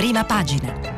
prima pagina.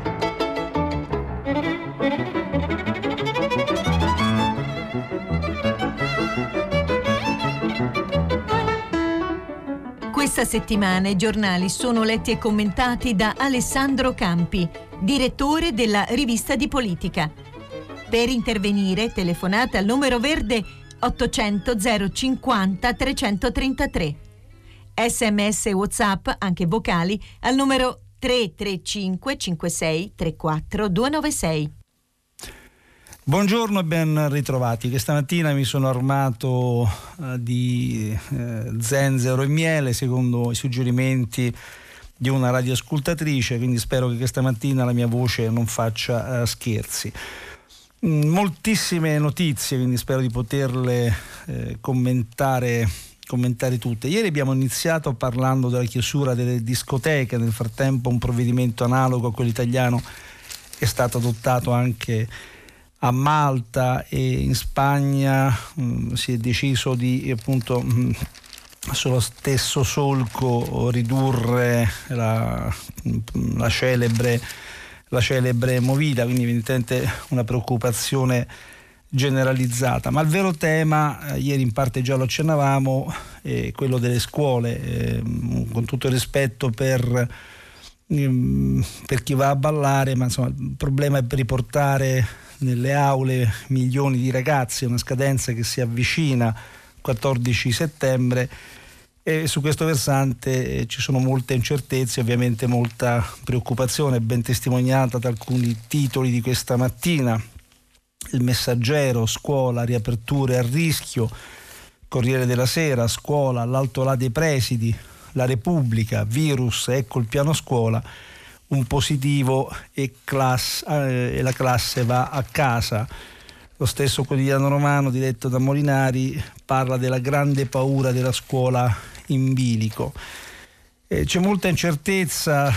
Questa settimana i giornali sono letti e commentati da Alessandro Campi, direttore della Rivista di Politica. Per intervenire telefonate al numero verde 800 050 333. SMS e WhatsApp, anche vocali, al numero 335 56 34 296. Buongiorno e ben ritrovati. Questa mattina mi sono armato di zenzero e miele secondo i suggerimenti di una radioascoltatrice, quindi spero che questa mattina la mia voce non faccia scherzi. Moltissime notizie, quindi spero di poterle commentare tutte. Ieri abbiamo iniziato parlando della chiusura delle discoteche, nel frattempo un provvedimento analogo a quello italiano è stato adottato anche a Malta e in Spagna. Si è deciso di appunto sullo stesso solco ridurre la celebre movida, quindi evidentemente una preoccupazione generalizzata. Ma il vero tema, ieri in parte già lo accennavamo, è quello delle scuole, con tutto il rispetto per chi va a ballare, ma insomma il problema è per riportare nelle aule milioni di ragazzi, una scadenza che si avvicina 14 settembre, e su questo versante ci sono molte incertezze, ovviamente molta preoccupazione, ben testimoniata da alcuni titoli di questa mattina: Il Messaggero, scuola, riaperture a rischio; Corriere della Sera, scuola, l'Alto là dei presidi; La Repubblica, virus, ecco il piano scuola, un positivo e la classe va a casa. Lo stesso quotidiano romano, diretto da Molinari, parla della grande paura della scuola in bilico. C'è molta incertezza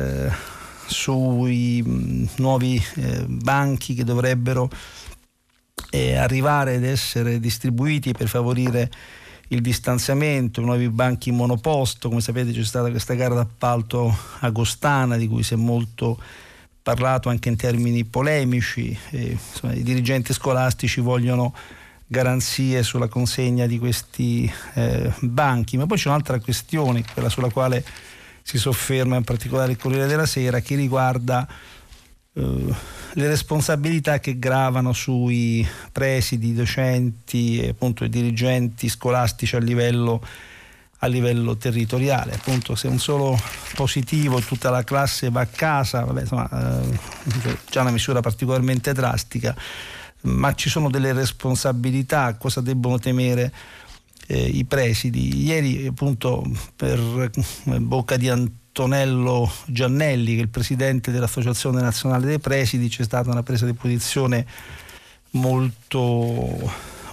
sui nuovi banchi che dovrebbero arrivare ed essere distribuiti per favorire il distanziamento, i nuovi banchi monoposto. Come sapete c'è stata questa gara d'appalto agostana di cui si è molto parlato anche in termini polemici, insomma, i dirigenti scolastici vogliono garanzie sulla consegna di questi banchi. Ma poi c'è un'altra questione, quella sulla quale si sofferma in particolare il Corriere della Sera, che riguarda le responsabilità che gravano sui presidi, docenti e appunto i dirigenti scolastici a livello territoriale. Appunto, se un solo positivo e tutta la classe va a casa, vabbè, insomma, già una misura particolarmente drastica, ma ci sono delle responsabilità. Cosa debbono temere i presidi? Ieri appunto per bocca di Antonello Giannelli, che è il presidente dell'Associazione Nazionale dei Presidi, c'è stata una presa di posizione molto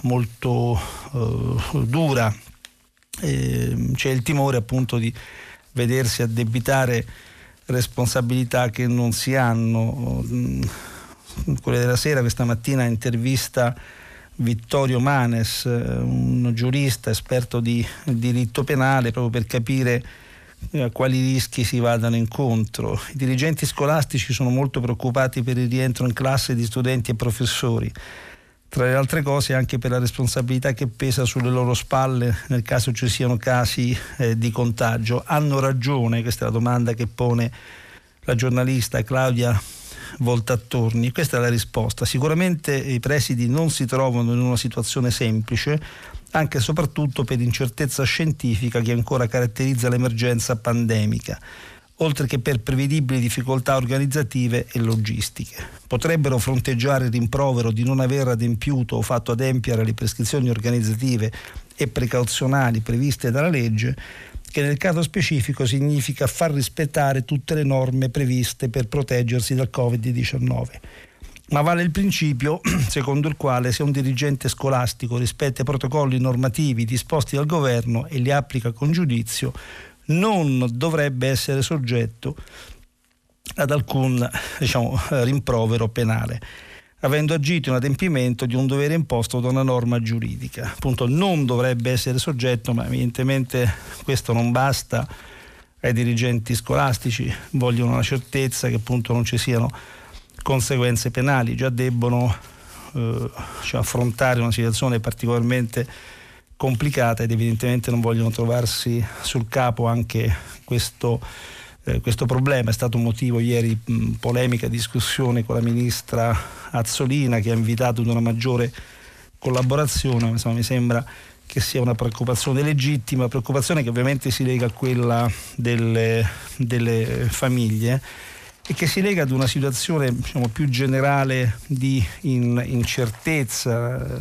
dura. C'è il timore appunto di vedersi addebitare responsabilità che non si hanno. Quella della Sera questa mattina intervista Vittorio Manes, un giurista esperto di diritto penale, proprio per capire a quali rischi si vadano incontro. I dirigenti scolastici sono molto preoccupati per il rientro in classe di studenti e professori, tra le altre cose anche per la responsabilità che pesa sulle loro spalle nel caso ci siano casi di contagio. Hanno ragione? Questa è la domanda che pone la giornalista Claudia Voltattorni. Questa è la risposta. Sicuramente i presidi non si trovano in una situazione semplice, anche e soprattutto per l'incertezza scientifica che ancora caratterizza l'emergenza pandemica, oltre che per prevedibili difficoltà organizzative e logistiche. Potrebbero fronteggiare il rimprovero di non aver adempiuto o fatto adempiere le prescrizioni organizzative e precauzionali previste dalla legge, che nel caso specifico significa far rispettare tutte le norme previste per proteggersi dal Covid-19. Ma vale il principio secondo il quale se un dirigente scolastico rispetta i protocolli normativi disposti dal governo e li applica con giudizio, non dovrebbe essere soggetto ad alcun rimprovero penale, avendo agito in adempimento di un dovere imposto da una norma giuridica. Appunto, non dovrebbe essere soggetto, ma evidentemente questo non basta ai dirigenti scolastici, vogliono la certezza che appunto non ci siano conseguenze penali, già debbono affrontare una situazione particolarmente complicata ed evidentemente non vogliono trovarsi sul capo anche questo problema. È stato un motivo ieri polemica, discussione con la ministra Azzolina, che ha invitato ad una maggiore collaborazione. Insomma, mi sembra che sia una preoccupazione legittima, preoccupazione che ovviamente si lega a quella delle famiglie e che si lega ad una situazione, diciamo, più generale di incertezza.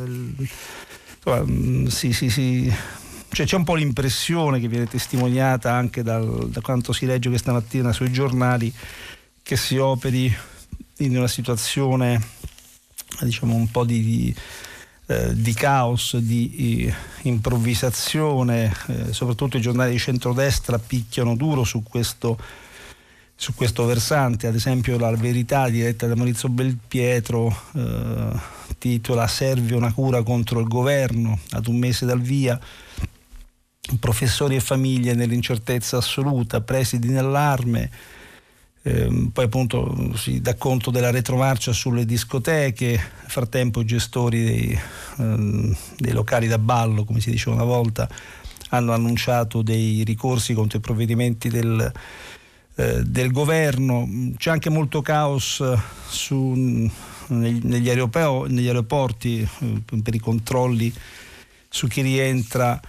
Cioè, c'è un po' l'impressione che viene testimoniata anche da quanto si legge questa mattina sui giornali, che si operi in una situazione, diciamo, un po' di caos, di improvvisazione. Soprattutto i giornali di centrodestra picchiano duro su questo versante. Ad esempio La Verità, diretta da Maurizio Belpietro, titola "Serve una cura contro il governo, ad un mese dal via, professori e famiglie nell'incertezza assoluta, presidi nell'allarme". Poi appunto si dà conto della retromarcia sulle discoteche. Nel frattempo i gestori dei locali da ballo, come si diceva una volta, hanno annunciato dei ricorsi contro i provvedimenti del governo. C'è anche molto caos negli aeroporti per i controlli su chi rientra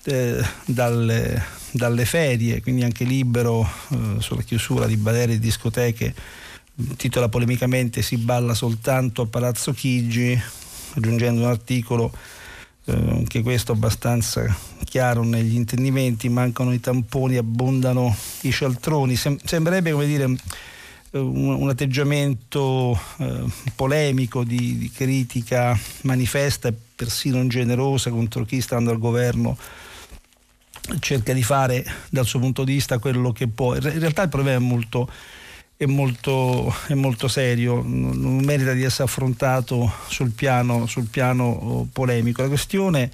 dalle ferie, quindi anche Libero sulla chiusura di baleri e discoteche titola polemicamente "Si balla soltanto a Palazzo Chigi", aggiungendo un articolo anche questo abbastanza chiaro negli intendimenti: "Mancano i tamponi, abbondano i cialtroni". Sembrerebbe, come dire, un atteggiamento polemico, di critica manifesta e persino ingenerosa contro chi, stando al governo, cerca di fare dal suo punto di vista quello che può. In realtà il problema è molto serio, non merita di essere affrontato sul piano polemico. La questione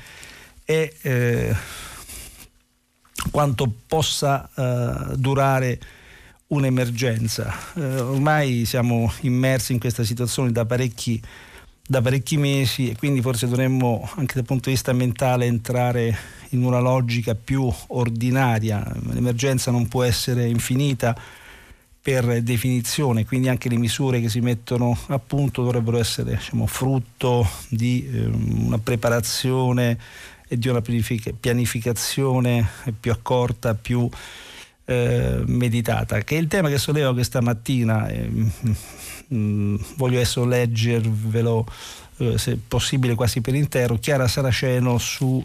è quanto possa durare un'emergenza. Ormai siamo immersi in questa situazione da parecchi mesi e quindi forse dovremmo, anche dal punto di vista mentale, entrare in una logica più ordinaria. L'emergenza non può essere infinita per definizione, quindi anche le misure che si mettono a punto dovrebbero essere, diciamo, frutto di una preparazione e di una pianificazione più accorta, più meditata, che è il tema che sollevo questa mattina. Voglio adesso leggervelo, se possibile quasi per intero. Chiara Saraceno su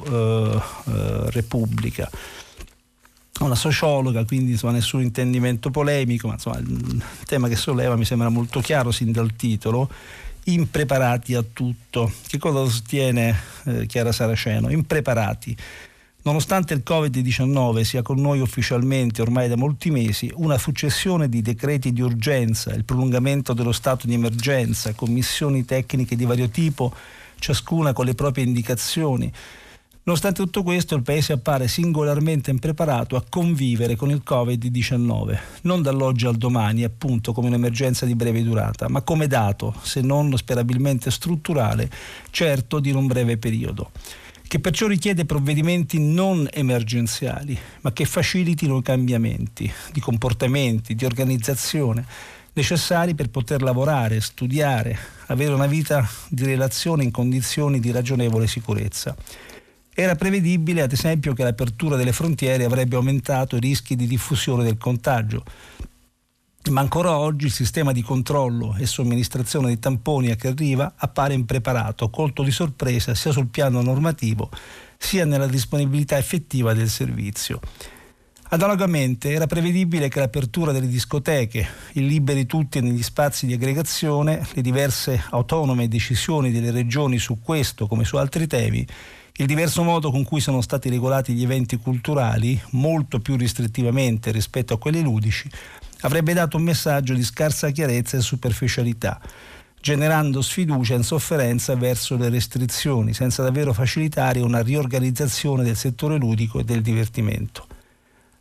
Repubblica, una sociologa, quindi insomma nessun intendimento polemico, ma insomma il tema che solleva mi sembra molto chiaro sin dal titolo: impreparati a tutto. Che cosa sostiene Chiara Saraceno? Impreparati. Nonostante il Covid-19 sia con noi ufficialmente ormai da molti mesi, una successione di decreti di urgenza, il prolungamento dello stato di emergenza, commissioni tecniche di vario tipo, ciascuna con le proprie indicazioni. Nonostante tutto questo, il Paese appare singolarmente impreparato a convivere con il Covid-19, non dall'oggi al domani, appunto, come un'emergenza di breve durata, ma come dato, se non sperabilmente strutturale, certo di non breve periodo, che perciò richiede provvedimenti non emergenziali, ma che facilitino i cambiamenti di comportamenti, di organizzazione, necessari per poter lavorare, studiare, avere una vita di relazione in condizioni di ragionevole sicurezza. Era prevedibile, ad esempio, che l'apertura delle frontiere avrebbe aumentato i rischi di diffusione del contagio, ma ancora oggi il sistema di controllo e somministrazione dei tamponi a chi arriva appare impreparato, colto di sorpresa sia sul piano normativo sia nella disponibilità effettiva del servizio. Analogamente era prevedibile che l'apertura delle discoteche, il liberi tutti negli spazi di aggregazione, le diverse autonome decisioni delle regioni su questo come su altri temi, il diverso modo con cui sono stati regolati gli eventi culturali, molto più restrittivamente rispetto a quelli ludici, avrebbe dato un messaggio di scarsa chiarezza e superficialità, generando sfiducia e insofferenza verso le restrizioni, senza davvero facilitare una riorganizzazione del settore ludico e del divertimento.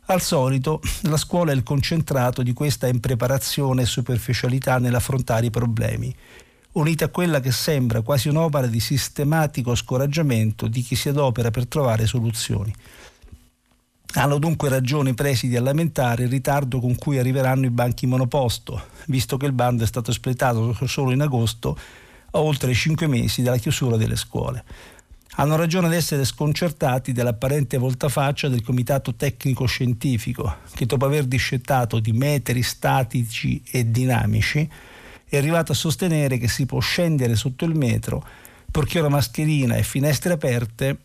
Al solito la scuola è il concentrato di questa impreparazione e superficialità nell'affrontare i problemi, unita a quella che sembra quasi un'opera di sistematico scoraggiamento di chi si adopera per trovare soluzioni. Hanno dunque ragione i presidi a lamentare il ritardo con cui arriveranno i banchi monoposto, visto che il bando è stato espletato solo in agosto, a oltre 5 mesi dalla chiusura delle scuole. Hanno ragione ad essere sconcertati dall'apparente voltafaccia del Comitato Tecnico Scientifico, che dopo aver discettato di metri statici e dinamici è arrivato a sostenere che si può scendere sotto il metro purché con mascherina e finestre aperte,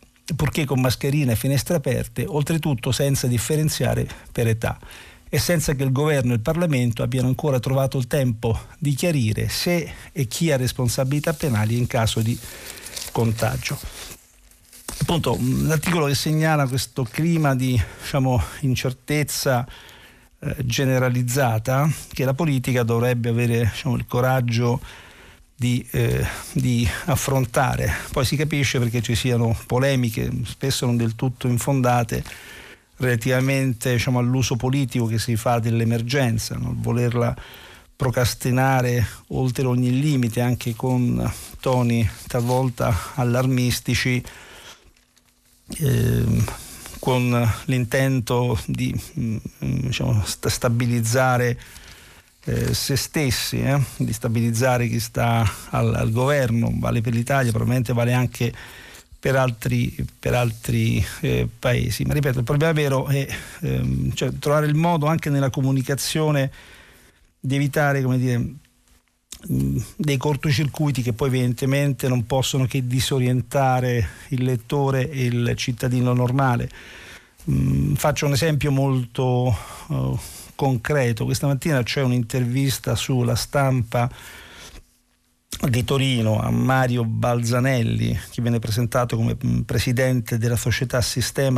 oltretutto senza differenziare per età e senza che il governo e il Parlamento abbiano ancora trovato il tempo di chiarire se e chi ha responsabilità penali in caso di contagio. Appunto, un articolo che segnala questo clima di incertezza generalizzata che la politica dovrebbe avere il coraggio di affrontare. Poi si capisce perché ci siano polemiche spesso non del tutto infondate relativamente all'uso politico che si fa dell'emergenza, no? Volerla procrastinare oltre ogni limite, anche con toni talvolta allarmistici, con l'intento di stabilizzare se stessi, di stabilizzare chi sta al governo. Vale per l'Italia, probabilmente vale anche per altri paesi. Ma ripeto, il problema vero è trovare il modo anche nella comunicazione di evitare, dei cortocircuiti che poi evidentemente non possono che disorientare il lettore e il cittadino normale. Faccio un esempio molto concreto. Questa mattina c'è un'intervista sulla Stampa di Torino a Mario Balzanelli, che viene presentato come presidente della società Sistema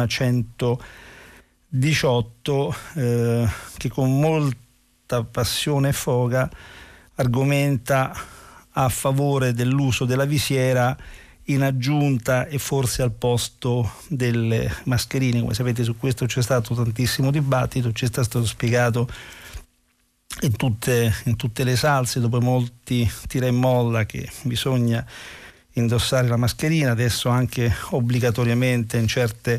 118, che con molta passione e foga argomenta a favore dell'uso della visiera in aggiunta e forse al posto delle mascherine. Come sapete, su questo c'è stato tantissimo dibattito, ci è stato spiegato in tutte le salse, dopo molti tira e molla, che bisogna indossare la mascherina, adesso anche obbligatoriamente in certe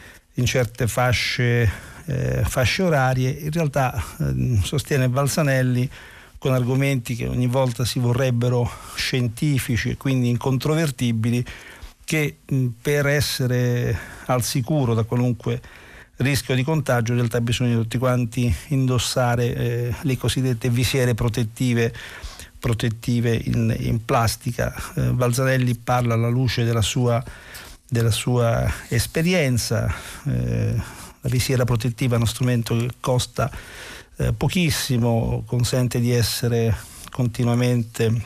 fasce orarie. In realtà sostiene Balzanelli, con argomenti che ogni volta si vorrebbero scientifici e quindi incontrovertibili, che per essere al sicuro da qualunque rischio di contagio in realtà bisogna tutti quanti indossare le cosiddette visiere protettive in plastica. Balzanelli parla alla luce della sua esperienza. La visiera protettiva è uno strumento che costa pochissimo, consente di essere continuamente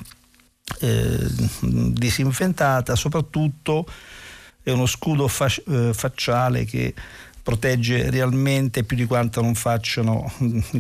disinfettata, soprattutto è uno scudo facciale che protegge realmente più di quanto non facciano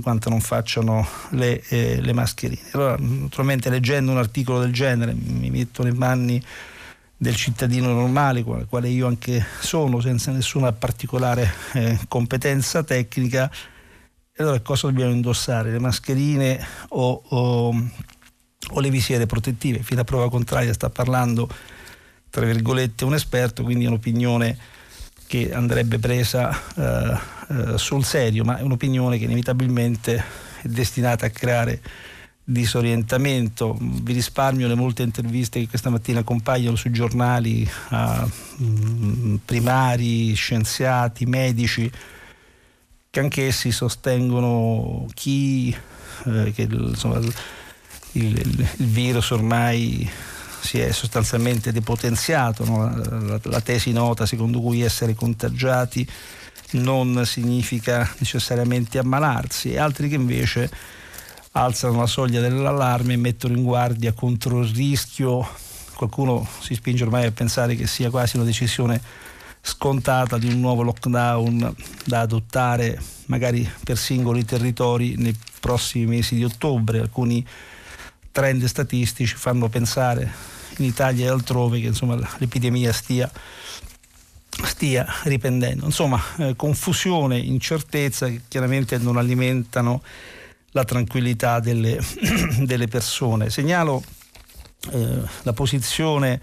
le mascherine. Allora, naturalmente, leggendo un articolo del genere mi metto nei panni del cittadino normale, quale io anche sono, senza nessuna particolare competenza tecnica. E allora cosa dobbiamo indossare? Le mascherine o le visiere protettive? Fino a prova contraria sta parlando, tra virgolette, un esperto, quindi è un'opinione che andrebbe presa sul serio, ma è un'opinione che inevitabilmente è destinata a creare disorientamento. Vi risparmio le molte interviste che questa mattina compaiono sui giornali a primari, scienziati, medici, che anch'essi sostengono che il virus ormai si è sostanzialmente depotenziato, no? La tesi nota secondo cui essere contagiati non significa necessariamente ammalarsi, e altri che invece alzano la soglia dell'allarme e mettono in guardia contro il rischio. Qualcuno si spinge ormai a pensare che sia quasi una decisione scontata di un nuovo lockdown da adottare magari per singoli territori nei prossimi mesi di ottobre. Alcuni trend statistici fanno pensare in Italia e altrove che l'epidemia stia stia riprendendo. Insomma, confusione, incertezza che chiaramente non alimentano la tranquillità delle persone. Segnalo la posizione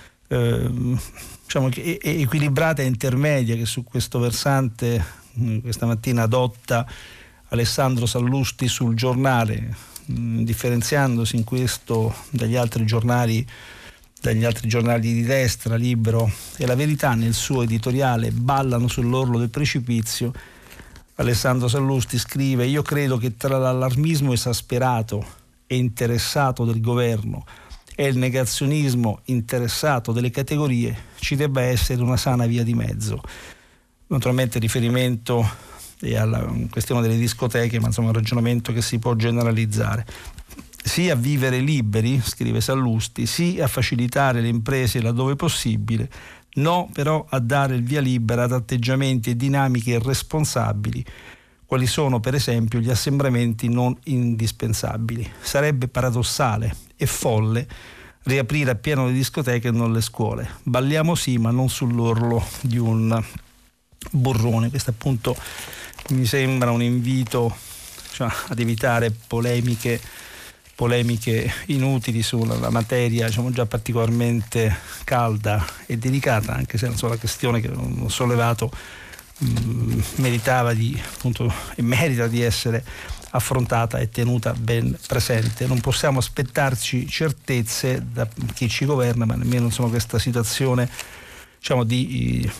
diciamo che è equilibrata e intermedia che su questo versante questa mattina adotta Alessandro Sallusti sul Giornale, differenziandosi in questo dagli altri giornali di destra, Libero e La Verità. Nel suo editoriale Ballano sull'orlo del precipizio, Alessandro Sallusti scrive: io credo che tra l'allarmismo esasperato e interessato del governo e il negazionismo interessato delle categorie ci debba essere una sana via di mezzo. Naturalmente riferimento è alla questione delle discoteche, ma insomma è un ragionamento che si può generalizzare. Sì a vivere liberi, scrive Sallusti, sì a facilitare le imprese laddove possibile, no però a dare il via libera ad atteggiamenti e dinamiche irresponsabili, quali sono per esempio gli assembramenti non indispensabili. Sarebbe paradossale e folle riaprire appieno le discoteche e non le scuole. Balliamo sì, ma non sull'orlo di un burrone. Questo appunto mi sembra un invito, cioè, ad evitare polemiche inutili sulla materia, diciamo, già particolarmente calda e delicata, anche se la questione che ho sollevato meritava e merita di essere affrontata e tenuta ben presente. Non possiamo aspettarci certezze da chi ci governa, ma nemmeno insomma questa situazione, diciamo, di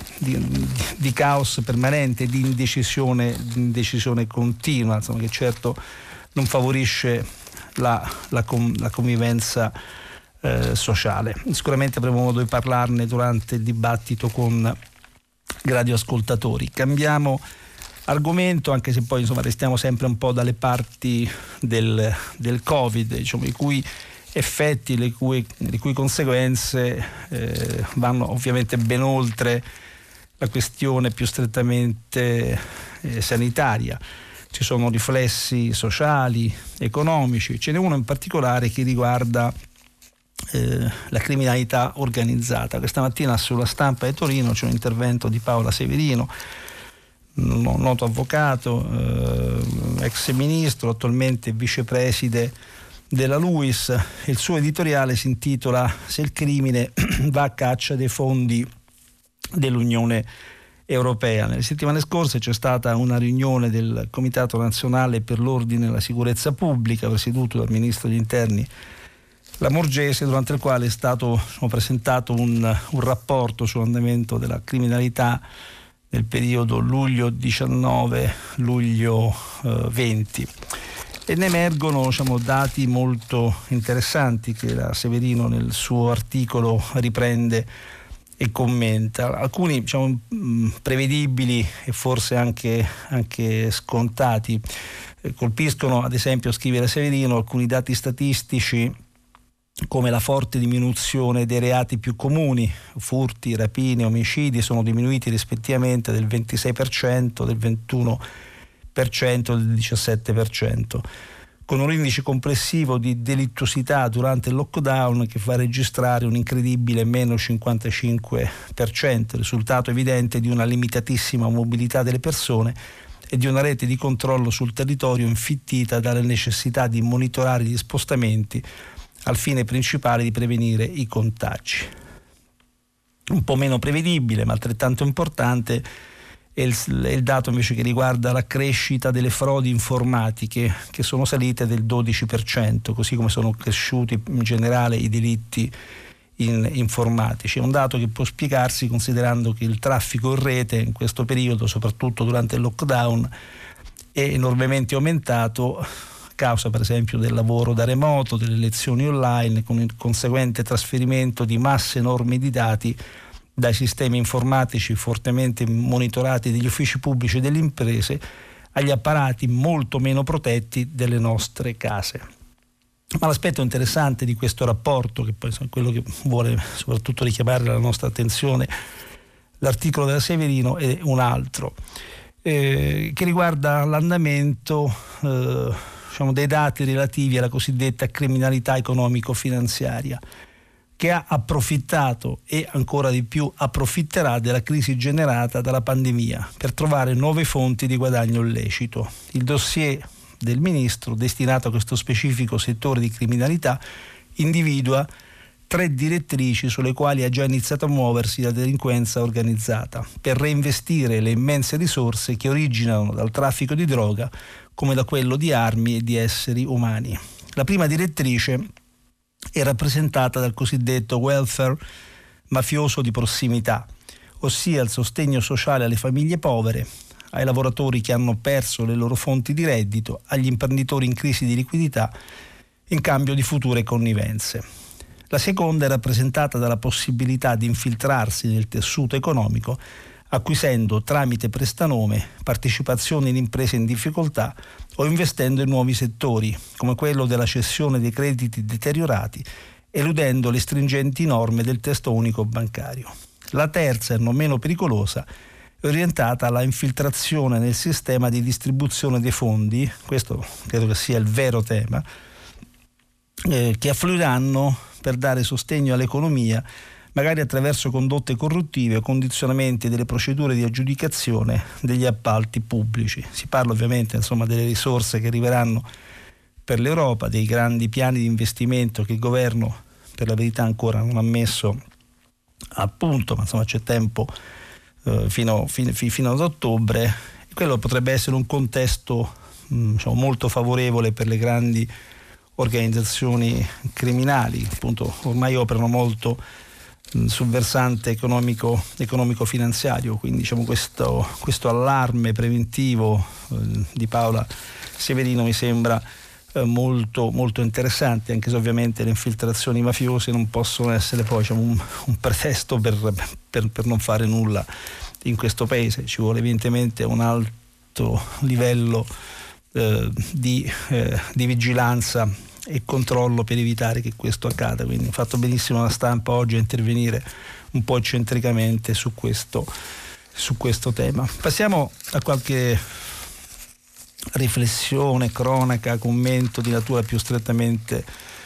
caos permanente, di indecisione continua, insomma, che certo non favorisce la convivenza sociale. Sicuramente avremo modo di parlarne durante il dibattito con radioascoltatori. Cambiamo argomento, anche se poi insomma restiamo sempre un po' dalle parti del Covid, diciamo, i cui effetti, le cui conseguenze vanno ovviamente ben oltre la questione più strettamente sanitaria. Ci sono riflessi sociali, economici. Ce n'è uno in particolare che riguarda la criminalità organizzata. Questa mattina sulla Stampa di Torino c'è un intervento di Paola Severino, noto avvocato, ex ministro, attualmente vicepreside della LUIS. Il suo editoriale si intitola "Se il crimine va a caccia dei fondi dell'Unione Europea". Nelle settimane scorse c'è stata una riunione del Comitato Nazionale per l'Ordine e la Sicurezza Pubblica, presieduto dal Ministro degli Interni Lamorgese, durante il quale è stato presentato un rapporto sull'andamento della criminalità nel periodo luglio 19-luglio 20, e ne emergono dati molto interessanti che la Severino nel suo articolo riprende e commenta. Alcuni prevedibili e forse anche scontati. Colpiscono, ad esempio, scrive la Severino, alcuni dati statistici come la forte diminuzione dei reati più comuni: furti, rapine, omicidi sono diminuiti rispettivamente del 26%, del 21% e del 17%, con un indice complessivo di delittuosità durante il lockdown che fa registrare un incredibile meno 55%, risultato evidente di una limitatissima mobilità delle persone e di una rete di controllo sul territorio infittita dalle necessità di monitorare gli spostamenti al fine principale di prevenire i contagi. Un po' meno prevedibile, ma altrettanto importante, è il dato invece che riguarda la crescita delle frodi informatiche, che sono salite del 12%, così come sono cresciuti in generale i delitti informatici. È un dato che può spiegarsi considerando che il traffico in rete in questo periodo, soprattutto durante il lockdown, è enormemente aumentato a causa per esempio del lavoro da remoto, delle lezioni online, con il conseguente trasferimento di masse enormi di dati dai sistemi informatici fortemente monitorati degli uffici pubblici e delle imprese agli apparati molto meno protetti delle nostre case. Ma l'aspetto interessante di questo rapporto, che poi è quello che vuole soprattutto richiamare la nostra attenzione l'articolo della Severino, è un altro, che riguarda l'andamento dei dati relativi alla cosiddetta criminalità economico-finanziaria, che ha approfittato e ancora di più approfitterà della crisi generata dalla pandemia per trovare nuove fonti di guadagno illecito. Il dossier del ministro, destinato a questo specifico settore di criminalità, individua 3 direttrici sulle quali ha già iniziato a muoversi la delinquenza organizzata per reinvestire le immense risorse che originano dal traffico di droga come da quello di armi e di esseri umani. La prima direttrice è rappresentata dal cosiddetto welfare mafioso di prossimità, ossia il sostegno sociale alle famiglie povere, ai lavoratori che hanno perso le loro fonti di reddito, agli imprenditori in crisi di liquidità in cambio di future connivenze. La seconda è rappresentata dalla possibilità di infiltrarsi nel tessuto economico acquisendo tramite prestanome partecipazioni in imprese in difficoltà o investendo in nuovi settori, come quello della cessione dei crediti deteriorati, eludendo le stringenti norme del testo unico bancario. La terza, e non meno pericolosa, è orientata alla infiltrazione nel sistema di distribuzione dei fondi, questo credo che sia il vero tema, che affluiranno per dare sostegno all'economia, magari attraverso condotte corruttive o condizionamenti delle procedure di aggiudicazione degli appalti pubblici. Si parla ovviamente delle risorse che arriveranno per l'Europa, dei grandi piani di investimento che il governo per la verità ancora non ha messo a punto, ma c'è tempo fino ad ottobre. Quello potrebbe essere un contesto molto favorevole per le grandi organizzazioni criminali, appunto ormai operano molto sul versante economico-finanziario, quindi questo allarme preventivo di Paola Severino mi sembra molto, molto interessante, anche se ovviamente le infiltrazioni mafiose non possono essere poi un pretesto per non fare nulla in questo paese. Ci vuole evidentemente un alto livello di vigilanza e controllo per evitare che questo accada, quindi ha fatto benissimo la stampa oggi a intervenire un po' eccentricamente su questo tema. Passiamo a qualche riflessione, cronaca, commento di natura più strettamente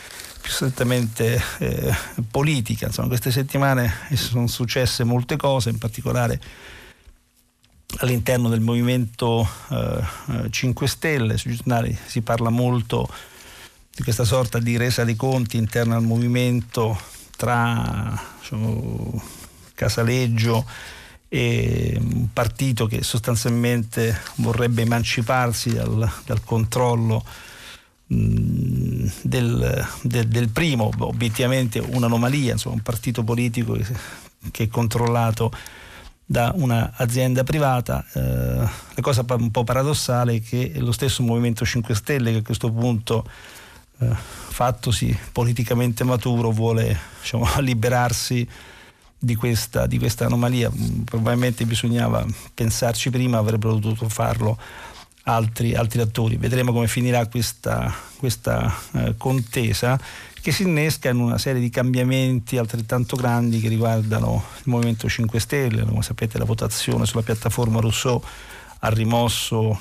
politica. Queste settimane sono successe molte cose, in particolare all'interno del Movimento 5 Stelle. Sui giornali si parla molto di questa sorta di resa dei conti interna al movimento tra Casaleggio e un partito che sostanzialmente vorrebbe emanciparsi dal controllo del primo, obiettivamente un'anomalia, un partito politico che è controllato da un'azienda privata. La cosa un po' paradossale è che lo stesso Movimento 5 Stelle, che a questo punto fattosi politicamente maturo, vuole liberarsi di questa anomalia. Probabilmente bisognava pensarci prima, avrebbero dovuto farlo altri attori. Vedremo come finirà questa contesa, che si innesca in una serie di cambiamenti altrettanto grandi che riguardano il Movimento 5 Stelle. Come sapete, la votazione sulla piattaforma Rousseau ha rimosso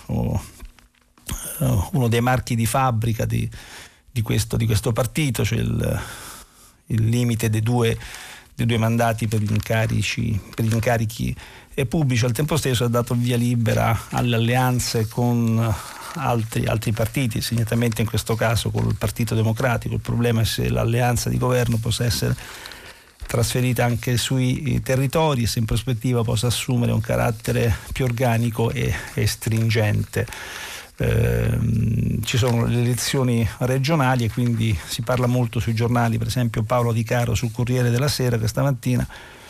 uno dei marchi di fabbrica di questo partito, cioè il limite dei due mandati per gli incarichi pubblici. Al tempo stesso ha dato via libera alle alleanze con altri partiti, segnatamente in questo caso con il Partito Democratico. Il problema è se l'alleanza di governo possa essere trasferita anche sui territori e se in prospettiva possa assumere un carattere più organico e stringente. Ci sono le elezioni regionali e quindi si parla molto sui giornali, per esempio Paolo Di Caro sul Corriere della Sera questa mattina,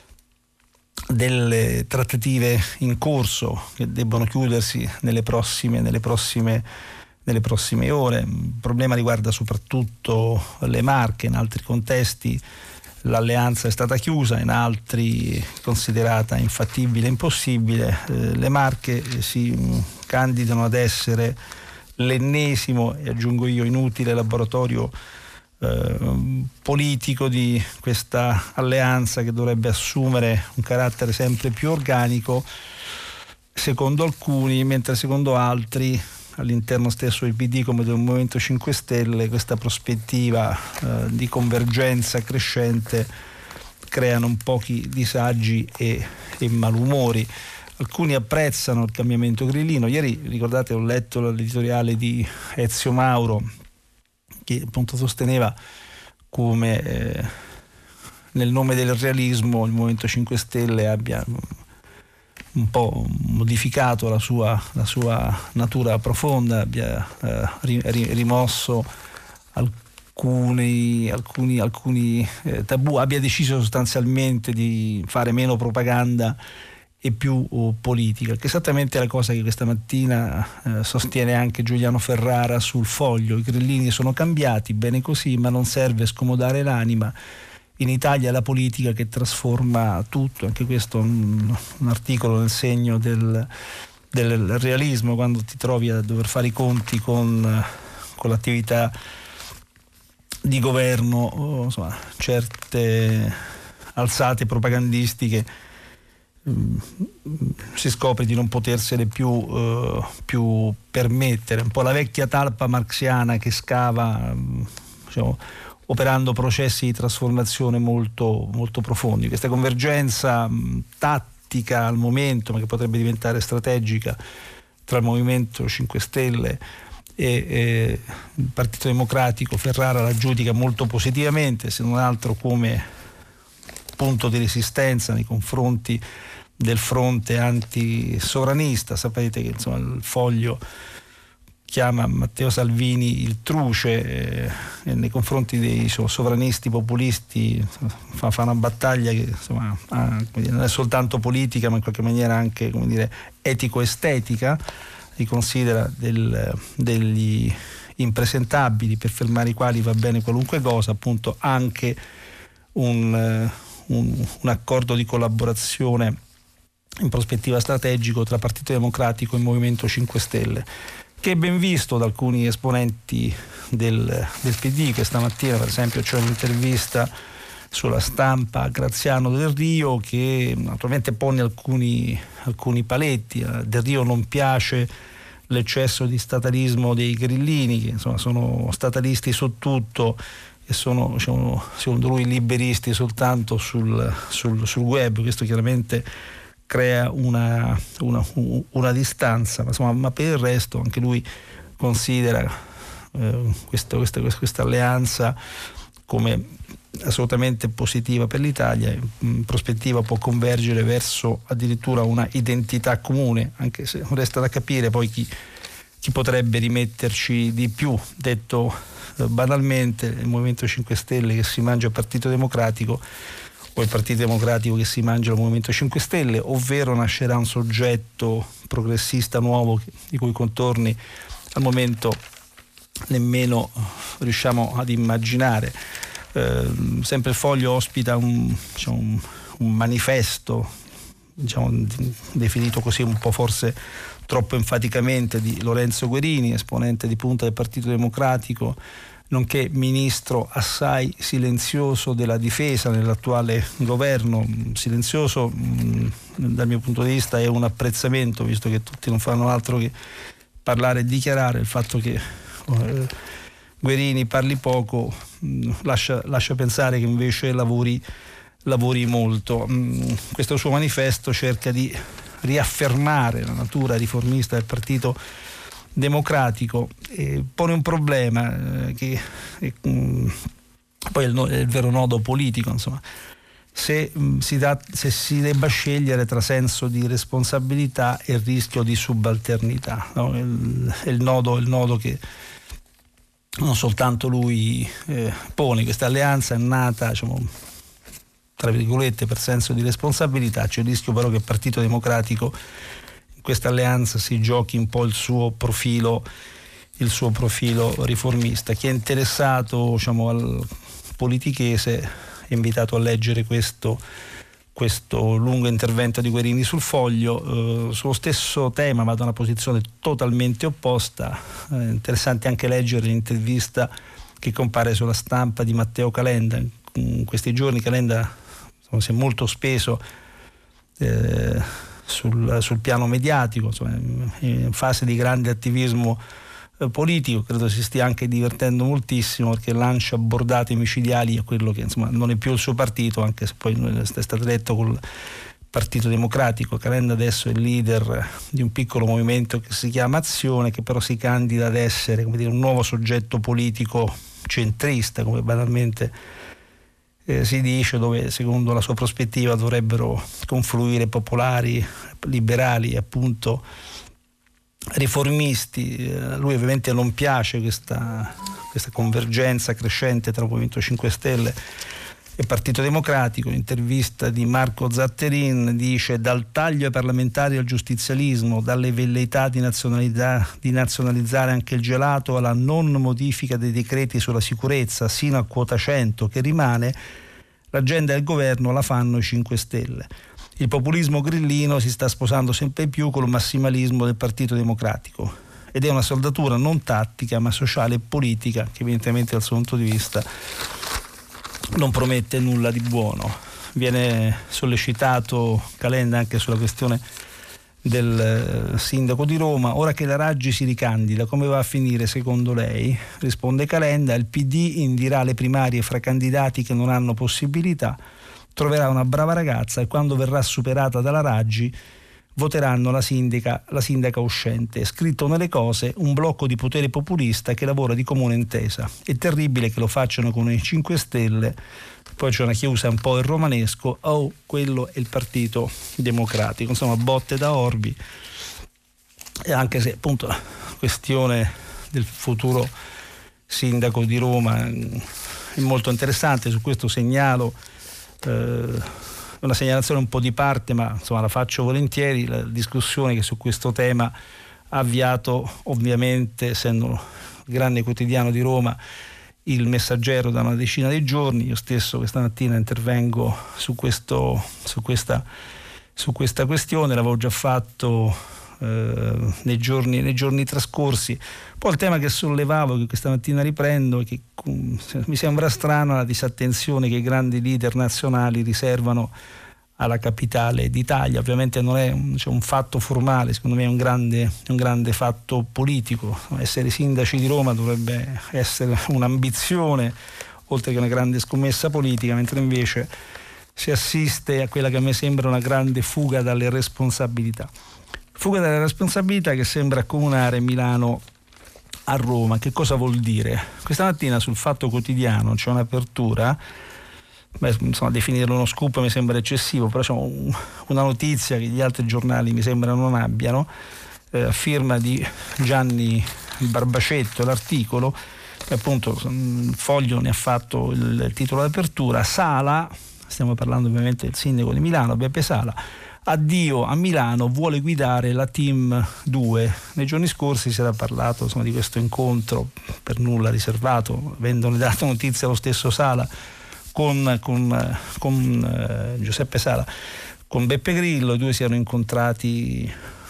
delle trattative in corso che debbono chiudersi nelle prossime ore. Il problema riguarda soprattutto le Marche. In altri contesti l'alleanza è stata chiusa, in altri considerata infattibile, impossibile. Le Marche si candidano ad essere l'ennesimo, e aggiungo io inutile, laboratorio politico di questa alleanza che dovrebbe assumere un carattere sempre più organico secondo alcuni, mentre secondo altri all'interno stesso del PD come del Movimento 5 Stelle questa prospettiva di convergenza crescente creano un pochi disagi e malumori. Alcuni apprezzano il cambiamento grillino. Ieri, ricordate, ho letto l'editoriale di Ezio Mauro che appunto sosteneva come nel nome del realismo il Movimento 5 Stelle abbia un po' modificato la sua natura profonda, abbia rimosso alcuni tabù, abbia deciso sostanzialmente di fare meno propaganda e più politica, che è esattamente la cosa che questa mattina sostiene anche Giuliano Ferrara sul Foglio. I grillini sono cambiati, bene così, ma non serve scomodare l'anima. In Italia è la politica che trasforma tutto, anche questo è un articolo nel segno del realismo, quando ti trovi a dover fare i conti con l'attività di governo, insomma, certe alzate propagandistiche si scopre di non potersele più permettere. Un po' la vecchia talpa marxiana che scava, diciamo, operando processi di trasformazione molto, molto profondi. Questa convergenza tattica al momento, ma che potrebbe diventare strategica, tra il Movimento 5 Stelle e il Partito Democratico, Ferrara la giudica molto positivamente, se non altro come punto di resistenza nei confronti del fronte antisovranista. Sapete che insomma il Foglio chiama Matteo Salvini il truce e nei confronti dei sovranisti populisti fa una battaglia che insomma non è soltanto politica, ma in qualche maniera anche, come dire, etico-estetica. Li considera degli impresentabili per fermare i quali va bene qualunque cosa, appunto anche un accordo di collaborazione in prospettiva strategico tra Partito Democratico e Movimento 5 Stelle, che è ben visto da alcuni esponenti del PD. Questa mattina, per esempio, c'è un'intervista sulla Stampa a Graziano Del Rio che naturalmente pone alcuni paletti. A Del Rio non piace l'eccesso di statalismo dei grillini, che insomma sono statalisti su tutto e sono, diciamo, secondo lui, liberisti soltanto sul web. Questo chiaramente crea una distanza, ma per il resto anche lui considera questa alleanza come assolutamente positiva per l'Italia. In prospettiva può convergere verso addirittura una identità comune, anche se resta da capire poi chi potrebbe rimetterci di più. Detto banalmente, il Movimento 5 Stelle che si mangia il Partito Democratico o il Partito Democratico che si mangia il Movimento 5 Stelle, ovvero nascerà un soggetto progressista nuovo i cui contorni al momento nemmeno riusciamo ad immaginare. Sempre il Foglio ospita un manifesto, diciamo, definito così un po' forse troppo enfaticamente, di Lorenzo Guerini, esponente di punta del Partito Democratico, nonché ministro assai silenzioso della difesa nell'attuale governo. Silenzioso dal mio punto di vista è un apprezzamento, visto che tutti non fanno altro che parlare e dichiarare. Il fatto che Guerini parli poco lascia pensare che invece lavori molto. Questo suo manifesto cerca di riaffermare la natura riformista del Partito Democratico e pone un problema che poi è il vero nodo politico, insomma. Se si debba scegliere tra senso di responsabilità e rischio di subalternità, no? È il nodo che non soltanto lui pone. Questa alleanza è nata, diciamo, tra virgolette, per senso di responsabilità. C'è il rischio però che il Partito Democratico in questa alleanza si giochi un po' il suo profilo riformista. Chi è interessato, diciamo, al politichese è invitato a leggere questo lungo intervento di Guerini sul Foglio. Sullo stesso tema, ma da una posizione totalmente opposta, interessante anche leggere l'intervista che compare sulla Stampa di Matteo Calenda. In questi giorni Calenda si è molto speso sul piano mediatico, insomma, in fase di grande attivismo politico. Credo si stia anche divertendo moltissimo, perché lancia bordate micidiali a quello che insomma non è più il suo partito, anche se poi è stato eletto col Partito Democratico. Calenda adesso è il leader di un piccolo movimento che si chiama Azione, che però si candida ad essere, come dire, un nuovo soggetto politico centrista, come banalmente si dice, dove secondo la sua prospettiva dovrebbero confluire popolari, liberali e appunto riformisti. Lui ovviamente non piace questa convergenza crescente tra Movimento 5 Stelle e Partito Democratico. Intervista di Marco Zatterin, dice: dal taglio ai parlamentari al giustizialismo, dalle velleità di nazionalizzare anche il gelato alla non modifica dei decreti sulla sicurezza sino a quota 100 che rimane, l'agenda del governo la fanno i 5 Stelle. Il populismo grillino si sta sposando sempre più con il massimalismo del Partito Democratico, ed è una saldatura non tattica ma sociale e politica che evidentemente dal suo punto di vista non promette nulla di buono. Viene sollecitato Calenda anche sulla questione del sindaco di Roma. Ora che la Raggi si ricandida, come va a finire secondo lei? Risponde Calenda: il PD indirà le primarie fra candidati che non hanno possibilità, troverà una brava ragazza e quando verrà superata dalla Raggi voteranno la sindaca uscente. È scritto nelle cose un blocco di potere populista che lavora di comune intesa. È terribile che lo facciano con i 5 Stelle. Poi c'è una chiusa un po' il romanesco: oh, quello è il Partito Democratico. Insomma, botte da orbi. E anche se appunto la questione del futuro sindaco di Roma è molto interessante, su questo segnalo una segnalazione un po' di parte, ma insomma la faccio volentieri. La discussione che su questo tema ha avviato, ovviamente, essendo il grande quotidiano di Roma, Il Messaggero, da una decina di giorni. Io stesso questa mattina intervengo su questa questione, l'avevo già fatto nei giorni trascorsi. Poi il tema che sollevavo, che questa mattina riprendo, è che mi sembra strana la disattenzione che i grandi leader nazionali riservano alla capitale d'Italia. Ovviamente non è un fatto formale, secondo me è un grande fatto politico. Essere sindaci di Roma dovrebbe essere un'ambizione oltre che una grande scommessa politica, mentre invece si assiste a quella che a me sembra una grande fuga dalle responsabilità. Fuga dalle responsabilità che sembra accomunare Milano a Roma. Che cosa vuol dire? Questa mattina sul Fatto Quotidiano c'è un'apertura, definirlo uno scoop mi sembra eccessivo, però c'è una notizia che gli altri giornali mi sembra non abbiano, a firma di Gianni Barbacetto, l'articolo, e appunto il Foglio ne ha fatto il titolo d'apertura: Sala, stiamo parlando ovviamente del sindaco di Milano, Beppe Sala, addio a Milano, vuole guidare la Team 2. Nei giorni scorsi si era parlato di questo incontro per nulla riservato, avendone dato notizia lo stesso Sala con Giuseppe Sala, con Beppe Grillo. I due si erano incontrati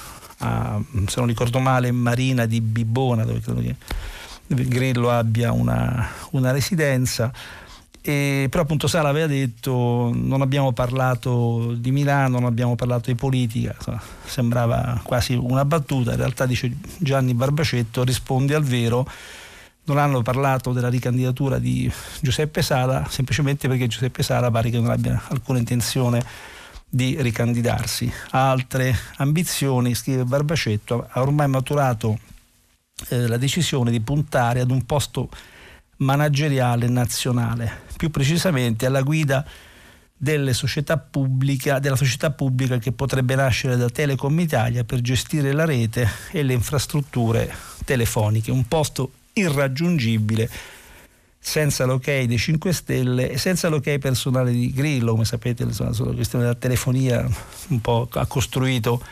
se non ricordo male, in Marina di Bibbona, dove credo che Grillo abbia una residenza. Però appunto Sala aveva detto: non abbiamo parlato di Milano, non abbiamo parlato di politica. Sembrava quasi una battuta. In realtà, dice Gianni Barbacetto, risponde al vero: non hanno parlato della ricandidatura di Giuseppe Sala semplicemente perché Giuseppe Sala pare che non abbia alcuna intenzione di ricandidarsi. Ha altre ambizioni, scrive Barbacetto, ha ormai maturato la decisione di puntare ad un posto manageriale nazionale, più precisamente alla guida della società pubblica che potrebbe nascere da Telecom Italia per gestire la rete e le infrastrutture telefoniche, un posto irraggiungibile, senza l'ok dei 5 Stelle e senza l'ok personale di Grillo. Come sapete, sulla questione della telefonia un po' ha costruito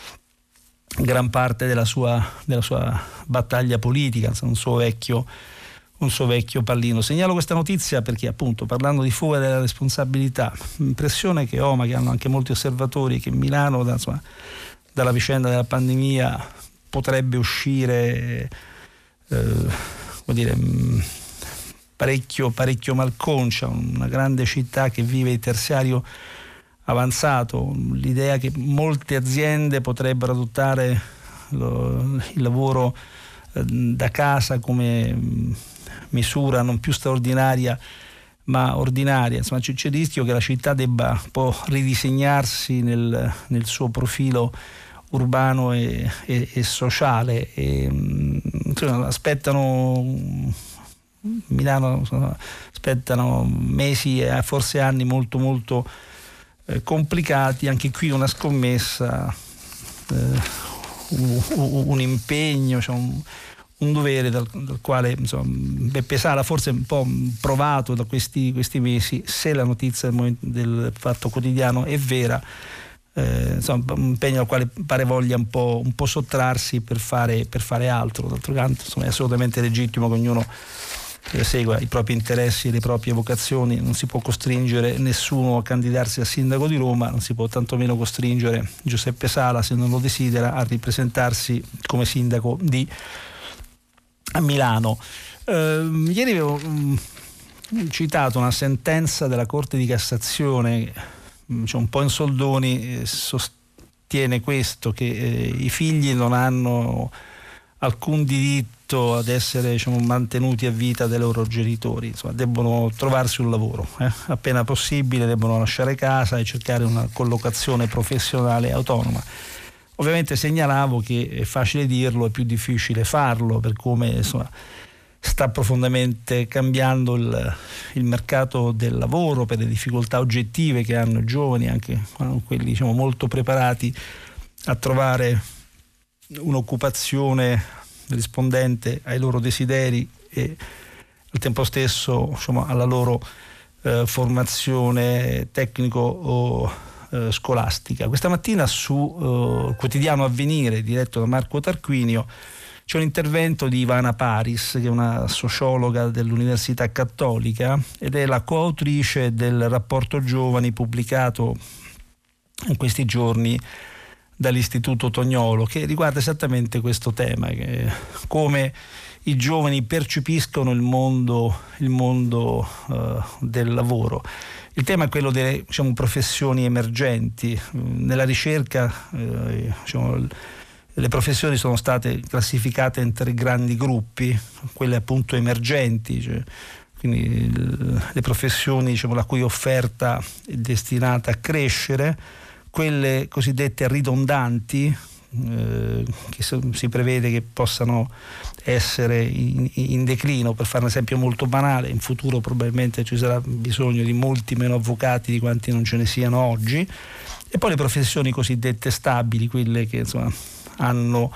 gran parte della sua battaglia politica, un suo vecchio pallino. Segnalo questa notizia perché, appunto, parlando di fuga della responsabilità, l'impressione che ho, ma che hanno anche molti osservatori, che Milano dalla vicenda della pandemia potrebbe uscire parecchio malconcia, una grande città che vive il terziario avanzato l'idea che molte aziende potrebbero adottare il lavoro da casa come misura non più straordinaria ma ordinaria. Insomma, c'è il rischio che la città debba un po' ridisegnarsi nel suo profilo urbano e sociale. Insomma, Milano aspettano mesi e forse anni molto molto complicati. Anche qui una scommessa, un impegno, cioè un dovere dal quale, insomma, Beppe Sala forse è un po' provato da questi mesi, se la notizia del Fatto Quotidiano è vera, insomma, un impegno al quale pare voglia un po' sottrarsi per fare altro. D'altro canto, insomma, è assolutamente legittimo che ognuno segua i propri interessi e le proprie vocazioni. Non si può costringere nessuno a candidarsi a sindaco di Roma, non si può tantomeno costringere Giuseppe Sala, se non lo desidera, a ripresentarsi come sindaco a Milano. Ieri avevo citato una sentenza della Corte di Cassazione, cioè un po' in soldoni, sostiene questo, che i figli non hanno alcun diritto ad essere, diciamo, mantenuti a vita dai loro genitori. Insomma, debbono trovarsi un lavoro, appena possibile debbono lasciare casa e cercare una collocazione professionale autonoma. Ovviamente segnalavo che è facile dirlo, è più difficile farlo, per come, insomma, sta profondamente cambiando il mercato del lavoro, per le difficoltà oggettive che hanno i giovani, anche quelli, diciamo, molto preparati a trovare un'occupazione rispondente ai loro desideri e al tempo stesso, insomma, alla loro formazione tecnico o scolastica. Questa mattina su Quotidiano Avvenire, diretto da Marco Tarquinio, c'è un intervento di Ivana Paris, che è una sociologa dell'Università Cattolica ed è la coautrice del rapporto giovani pubblicato in questi giorni dall'Istituto Tognolo, che riguarda esattamente questo tema, che come i giovani percepiscono il mondo del lavoro. Il tema è quello delle, diciamo, professioni emergenti. Nella ricerca, diciamo, le professioni sono state classificate in 3 grandi gruppi: quelle appunto emergenti, cioè, quindi le professioni, diciamo, la cui offerta è destinata a crescere, quelle cosiddette ridondanti, che si prevede che possano essere in declino. Per fare un esempio molto banale, in futuro probabilmente ci sarà bisogno di molti meno avvocati di quanti non ce ne siano oggi, e poi le professioni cosiddette stabili, quelle che, insomma, hanno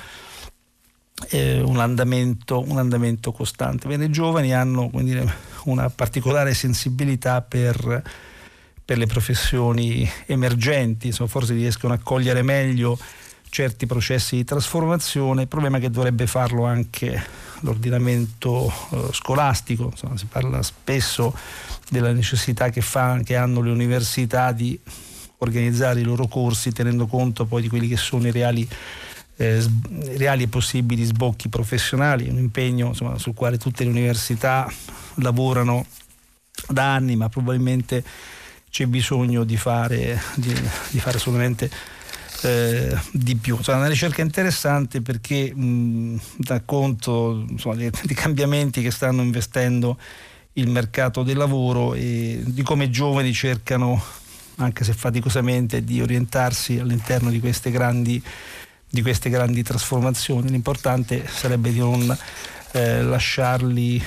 un andamento costante. Bene, i giovani hanno, come dire, una particolare sensibilità per le professioni emergenti, insomma, forse riescono a cogliere meglio certi processi di trasformazione. Il problema è che dovrebbe farlo anche l'ordinamento scolastico. Insomma, si parla spesso della necessità che hanno le università di organizzare i loro corsi tenendo conto poi di quelli che sono i reali e possibili sbocchi professionali. Un impegno, insomma, sul quale tutte le università lavorano da anni, ma probabilmente c'è bisogno di fare assolutamente di più. Insomma, una ricerca interessante perché dà conto, insomma, di cambiamenti che stanno investendo il mercato del lavoro e di come i giovani cercano, anche se faticosamente, di orientarsi all'interno di queste grandi trasformazioni. L'importante sarebbe di non lasciarli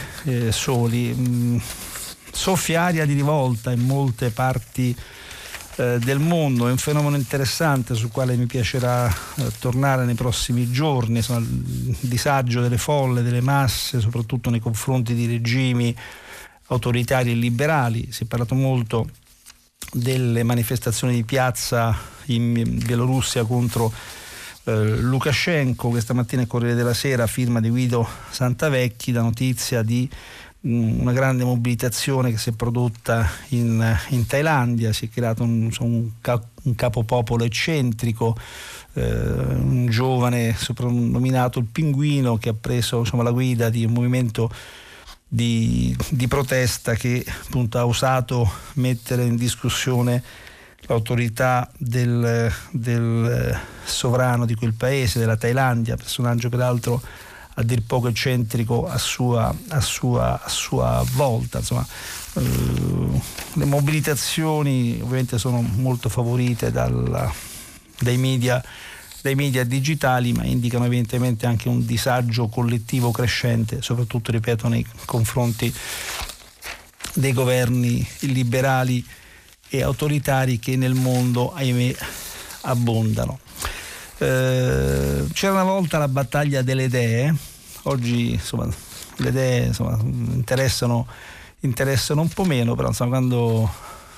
soli. Soffia aria di rivolta in molte parti del mondo, è un fenomeno interessante sul quale mi piacerà tornare nei prossimi giorni. Insomma, il disagio delle folle, delle masse, soprattutto nei confronti di regimi autoritari e liberali. Si è parlato molto delle manifestazioni di piazza in Bielorussia contro Lukashenko. Questa mattina il Corriere della Sera, firma di Guido Santavecchi, dà notizia di una grande mobilitazione che si è prodotta in Thailandia. Si è creato un capopopolo eccentrico, un giovane soprannominato il Pinguino, che ha preso, insomma, la guida di un movimento di protesta che appunto ha osato mettere in discussione l'autorità del sovrano di quel paese, della Thailandia, personaggio peraltro a dir poco eccentrico a sua volta. Insomma, le mobilitazioni ovviamente sono molto favorite dai media digitali, ma indicano evidentemente anche un disagio collettivo crescente, soprattutto, ripeto, nei confronti dei governi liberali e autoritari che nel mondo, ahimè, abbondano. C'era una volta la battaglia delle idee, oggi insomma le idee interessano un po' meno, però insomma quando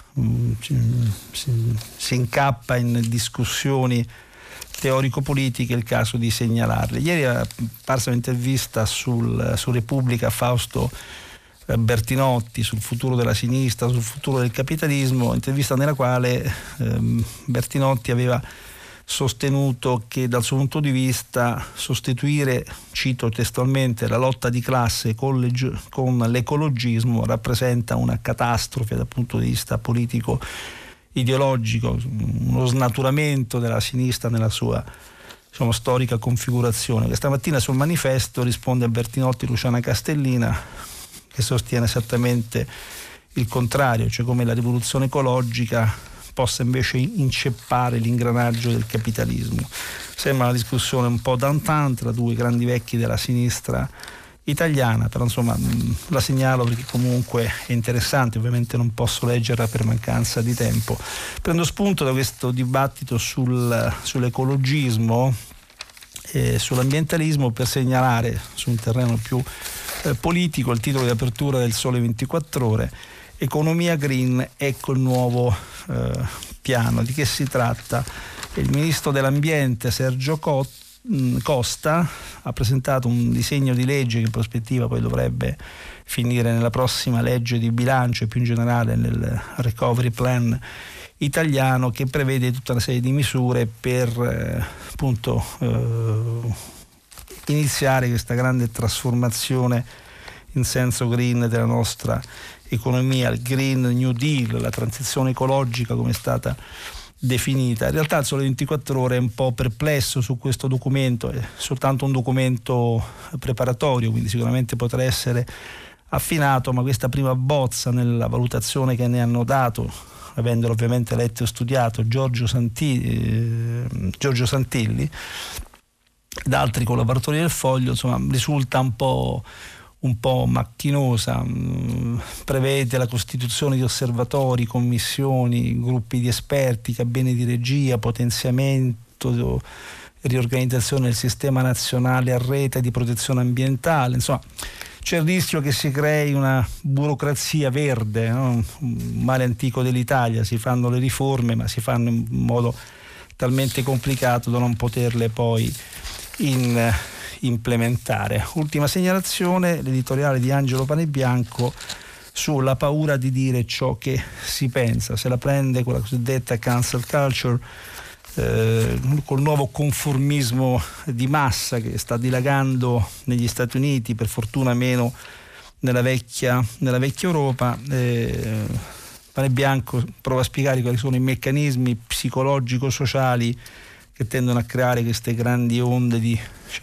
si incappa in discussioni teorico-politiche è il caso di segnalarle. Ieri è apparsa un'intervista su Repubblica a Fausto Bertinotti sul futuro della sinistra, sul futuro del capitalismo, intervista nella quale Bertinotti aveva sostenuto che dal suo punto di vista sostituire, cito testualmente, la lotta di classe con l'ecologismo rappresenta una catastrofe dal punto di vista politico ideologico, uno snaturamento della sinistra nella sua, diciamo, storica configurazione. Questa mattina sul Manifesto risponde a Bertinotti Luciana Castellina, che sostiene esattamente il contrario, cioè come la rivoluzione ecologica possa invece inceppare l'ingranaggio del capitalismo. Sembra una discussione un po' d'antan tra due grandi vecchi della sinistra italiana, però insomma la segnalo perché comunque è interessante. Ovviamente non posso leggerla per mancanza di tempo. Prendo spunto da questo dibattito sull'ecologismo e sull'ambientalismo per segnalare su un terreno più politico il titolo di apertura del Sole 24 Ore: Economia green, ecco il nuovo piano. Di che si tratta? Il ministro dell'ambiente Sergio Costa ha presentato un disegno di legge che in prospettiva poi dovrebbe finire nella prossima legge di bilancio e più in generale nel recovery plan italiano, che prevede tutta una serie di misure per iniziare questa grande trasformazione in senso green della nostra economia, il Green New Deal, la transizione ecologica come è stata definita. In realtà il Sole 24 Ore è un po' perplesso su questo documento, è soltanto un documento preparatorio, quindi sicuramente potrà essere affinato, ma questa prima bozza, nella valutazione che ne hanno dato, avendolo ovviamente letto e studiato, Giorgio Santilli ed altri collaboratori del Foglio, insomma, risulta un po' macchinosa. Prevede la costituzione di osservatori, commissioni, gruppi di esperti, cabine di regia, potenziamento, riorganizzazione del sistema nazionale a rete di protezione ambientale. Insomma, c'è il rischio che si crei una burocrazia verde, no? Un male antico dell'Italia: si fanno le riforme ma si fanno in modo talmente complicato da non poterle poi implementare. Ultima segnalazione, l'editoriale di Angelo Panebianco sulla paura di dire ciò che si pensa. Se la prende con la cosiddetta cancel culture, col nuovo conformismo di massa che sta dilagando negli Stati Uniti, per fortuna meno nella vecchia Europa. Panebianco prova a spiegare quali sono i meccanismi psicologico-sociali che tendono a creare queste grandi onde di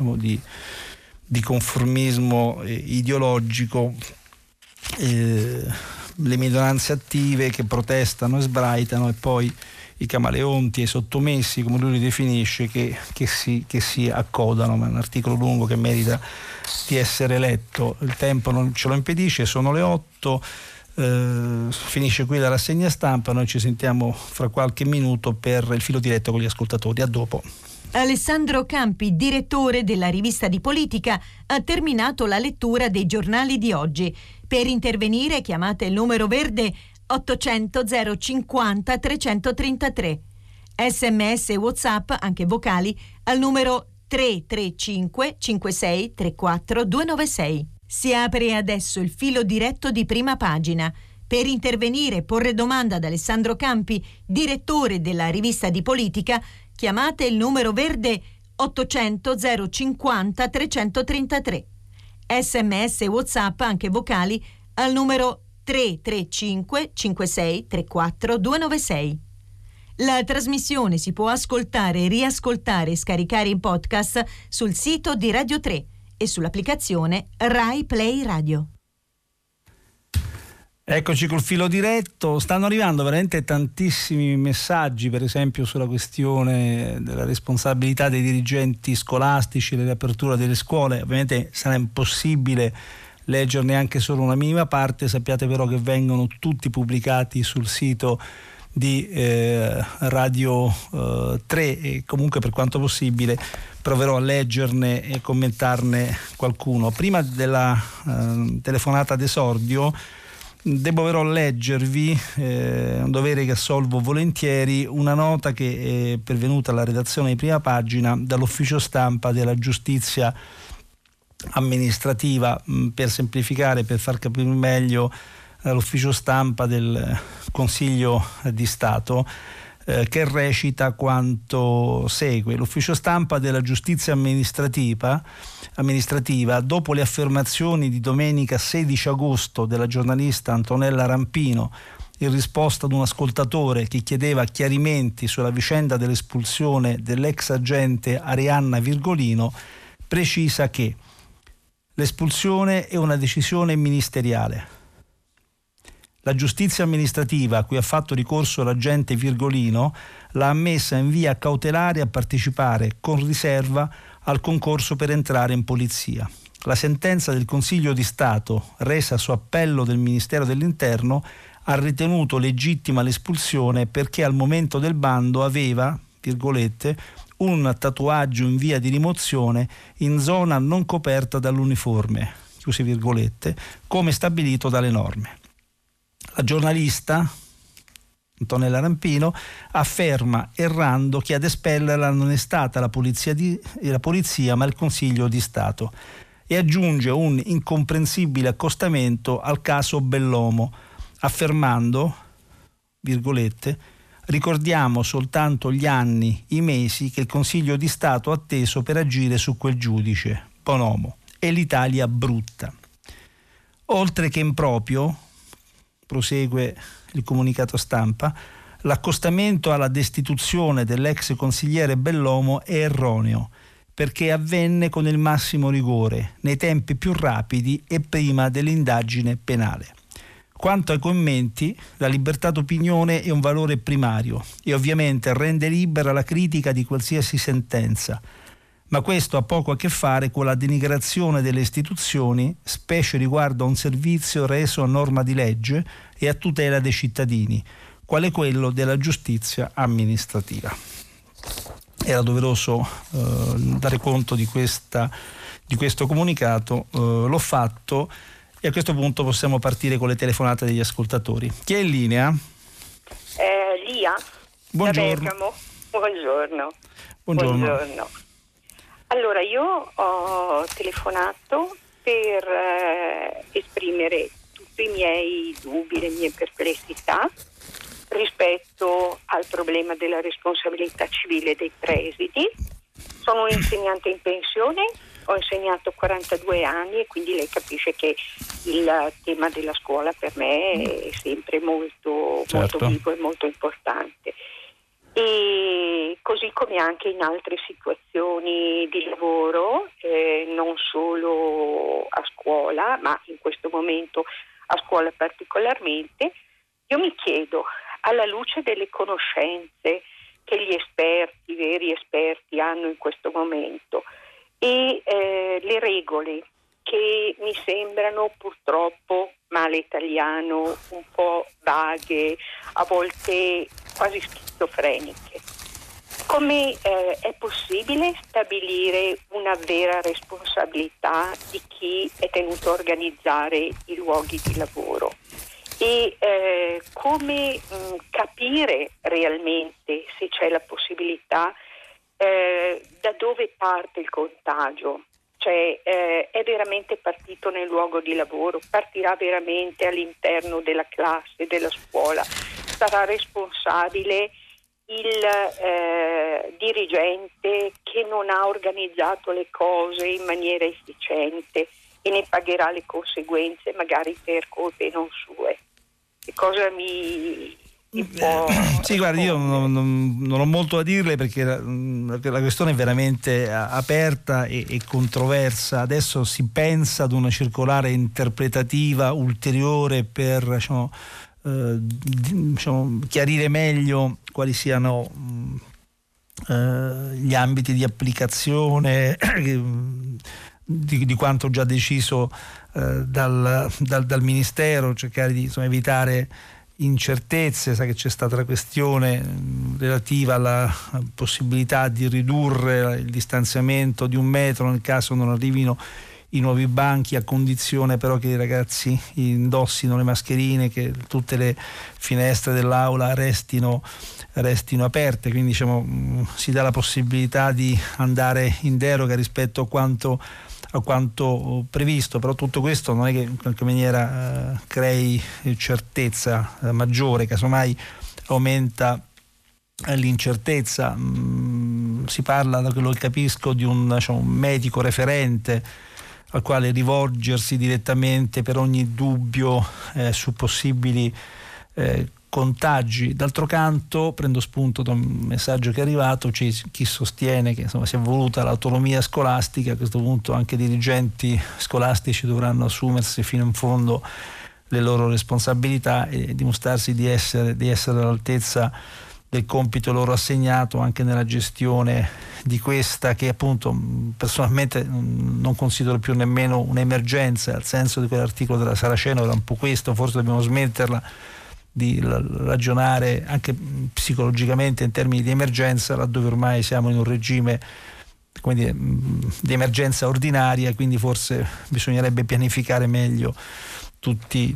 conformismo ideologico, le minoranze attive che protestano e sbraitano, e poi i camaleonti e i sottomessi, come lui li definisce, che si accodano. Ma è un articolo lungo che merita di essere letto. Il tempo non ce lo impedisce, sono le 8. Finisce qui la rassegna stampa, noi ci sentiamo fra qualche minuto per il filo diretto con gli ascoltatori. A dopo. Alessandro Campi, direttore della rivista di politica, ha terminato la lettura dei giornali di oggi. Per intervenire chiamate il numero verde 800 050 333. SMS e WhatsApp, anche vocali, al numero 335 56 34 296. Si apre adesso il filo diretto di Prima Pagina. Per intervenire e porre domanda ad Alessandro Campi, direttore della rivista di politica, chiamate il numero verde 800 050 333. SMS e WhatsApp, anche vocali, al numero 335 56 34 296. La trasmissione si può ascoltare, riascoltare e scaricare in podcast sul sito di Radio 3 e sull'applicazione Rai Play Radio. Eccoci col filo diretto. Stanno arrivando veramente tantissimi messaggi, per esempio sulla questione della responsabilità dei dirigenti scolastici, dell'apertura delle scuole. Ovviamente sarà impossibile leggerne anche solo una minima parte, sappiate però che vengono tutti pubblicati sul sito di Radio 3 e comunque per quanto possibile proverò a leggerne e commentarne qualcuno. Prima della telefonata d'esordio devo però leggervi, un dovere che assolvo volentieri, una nota che è pervenuta alla redazione di Prima Pagina dall'ufficio stampa della giustizia amministrativa. Per semplificare, per far capire meglio, l'ufficio stampa del Consiglio di Stato, che recita quanto segue: l'ufficio stampa della giustizia amministrativa, dopo le affermazioni di domenica 16 agosto della giornalista Antonella Rampino in risposta ad un ascoltatore che chiedeva chiarimenti sulla vicenda dell'espulsione dell'ex agente Arianna Virgolino, precisa che l'espulsione è una decisione ministeriale. La giustizia amministrativa, a cui ha fatto ricorso l'agente Virgolino, l'ha ammessa in via cautelare a partecipare con riserva al concorso per entrare in polizia. La sentenza del Consiglio di Stato, resa su appello del Ministero dell'Interno, ha ritenuto legittima l'espulsione perché al momento del bando aveva, virgolette, un tatuaggio in via di rimozione in zona non coperta dall'uniforme, chiuse virgolette, come stabilito dalle norme. La giornalista Antonella Rampino afferma, errando, che ad espellerla non è stata la polizia ma il Consiglio di Stato, e aggiunge un incomprensibile accostamento al caso Bellomo, affermando, virgolette, ricordiamo soltanto gli anni, i mesi che il Consiglio di Stato ha atteso per agire su quel giudice, Bonomo, e l'Italia brutta. Oltre che improprio, prosegue il comunicato stampa, l'accostamento alla destituzione dell'ex consigliere Bellomo è erroneo perché avvenne con il massimo rigore, nei tempi più rapidi e prima dell'indagine penale. Quanto ai commenti, la libertà d'opinione è un valore primario e ovviamente rende libera la critica di qualsiasi sentenza, ma questo ha poco a che fare con la denigrazione delle istituzioni, specie riguardo a un servizio reso a norma di legge e a tutela dei cittadini, quale quello della giustizia amministrativa. Era doveroso dare conto di questo comunicato, l'ho fatto e a questo punto possiamo partire con le telefonate degli ascoltatori. Chi è in linea? Lia. Buongiorno. Buongiorno. Allora, io ho telefonato per esprimere tutti i miei dubbi, le mie perplessità rispetto al problema della responsabilità civile dei presidi. Sono un insegnante in pensione, ho insegnato 42 anni e quindi lei capisce che il tema della scuola per me è sempre molto vivo e molto importante. E così come anche in altre situazioni di lavoro, non solo a scuola, ma in questo momento a scuola particolarmente, io mi chiedo, alla luce delle conoscenze che gli esperti, i veri esperti hanno in questo momento e le regole che mi sembrano purtroppo, male italiano, un po' vaghe, a volte quasi schizofreniche. Come è possibile stabilire una vera responsabilità di chi è tenuto a organizzare i luoghi di lavoro? E come capire realmente, se c'è la possibilità, da dove parte il contagio? Cioè è veramente partito nel luogo di lavoro? Partirà veramente all'interno della classe, della scuola? Sarà responsabile il dirigente che non ha organizzato le cose in maniera efficiente e ne pagherà le conseguenze magari per colpe non sue? Che cosa mi Sì, guardi, io non ho molto da dirle perché la questione è veramente aperta e controversa. Adesso si pensa ad una circolare interpretativa ulteriore per chiarire meglio quali siano gli ambiti di applicazione di quanto già deciso dal Ministero, cercare di evitare incertezze. Sa che c'è stata la questione relativa alla possibilità di ridurre il distanziamento di 1 metro nel caso non arrivino i nuovi banchi, a condizione però che i ragazzi indossino le mascherine, che tutte le finestre dell'aula restino aperte, quindi si dà la possibilità di andare in deroga rispetto a quanto previsto, però tutto questo non è che in qualche maniera crei certezza maggiore, casomai aumenta l'incertezza. Si parla, da quello che capisco, di un medico referente al quale rivolgersi direttamente per ogni dubbio su possibili contagi. D'altro canto, prendo spunto da un messaggio che è arrivato, c'è chi sostiene che si è voluta l'autonomia scolastica. A questo punto anche i dirigenti scolastici dovranno assumersi fino in fondo le loro responsabilità e dimostrarsi di essere all'altezza del compito loro assegnato anche nella gestione di questa, che appunto personalmente non considero più nemmeno un'emergenza. Il senso di quell'articolo della Saraceno era un po' questo: forse dobbiamo smetterla di ragionare anche psicologicamente in termini di emergenza, laddove ormai siamo in un regime di emergenza ordinaria, quindi forse bisognerebbe pianificare meglio tutti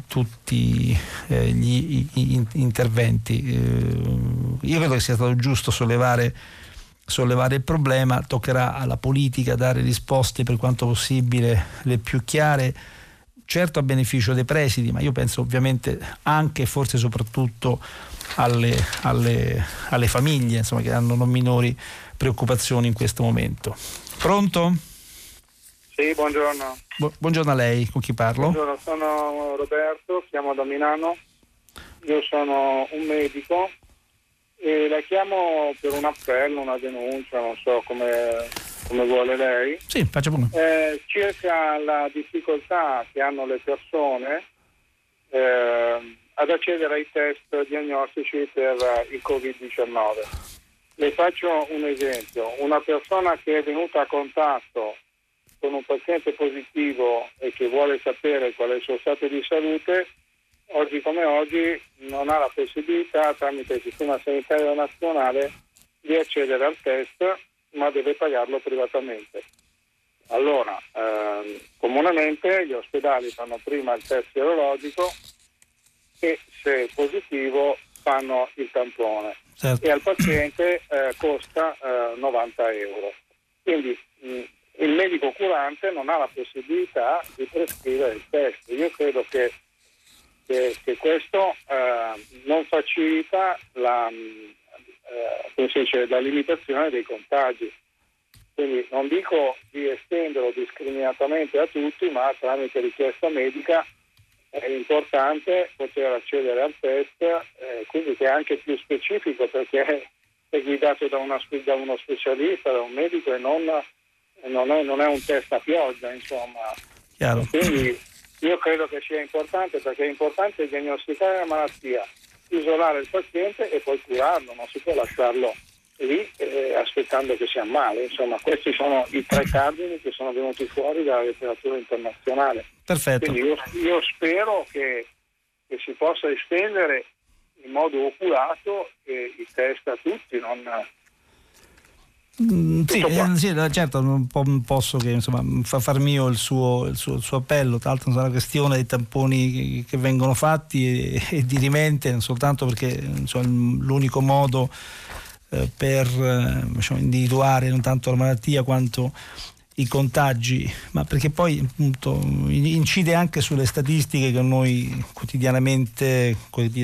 gli interventi. Io credo che sia stato giusto sollevare il problema. Toccherà alla politica dare risposte per quanto possibile le più chiare, certo a beneficio dei presidi, ma io penso ovviamente anche e forse soprattutto alle famiglie, che hanno non minori preoccupazioni in questo momento. Pronto? Sì, buongiorno. Buongiorno a lei, con chi parlo? Buongiorno, sono Roberto, chiamo da Milano. Io sono un medico e la chiamo per un appello, una denuncia, non so come vuole lei. Sì, faccia pure. Circa la difficoltà che hanno le persone ad accedere ai test diagnostici per il Covid-19. Le faccio un esempio: una persona che è venuta a contatto con un paziente positivo e che vuole sapere qual è il suo stato di salute, oggi come oggi non ha la possibilità, tramite il sistema sanitario nazionale, di accedere al test, ma deve pagarlo privatamente. Allora, comunemente gli ospedali fanno prima il test serologico e, se positivo, fanno il tampone. Certo. E al paziente costa 90 euro. Quindi il medico curante non ha la possibilità di prescrivere il test. Io credo che questo non facilita la limitazione dei contagi. Quindi non dico di estenderlo discriminatamente a tutti, ma tramite richiesta medica è importante poter accedere al test, quindi che è anche più specifico, perché è guidato da uno specialista, da un medico, e non è un test a pioggia, insomma. Chiaro. Quindi io credo che sia importante, perché è importante diagnosticare la malattia, isolare il paziente e poi curarlo, non si può lasciarlo lì aspettando che si ammali. Insomma, questi sono i 3 cardini che sono venuti fuori dalla letteratura internazionale. Perfetto. Quindi io spero che si possa estendere in modo oculato i test a tutti, non... Sì, certo, non posso che far mio il suo appello. Tra l'altro è una questione dei tamponi che vengono fatti e di rimente, non soltanto perché l'unico modo per individuare non tanto la malattia quanto i contagi, ma perché poi appunto incide anche sulle statistiche che noi quotidianamente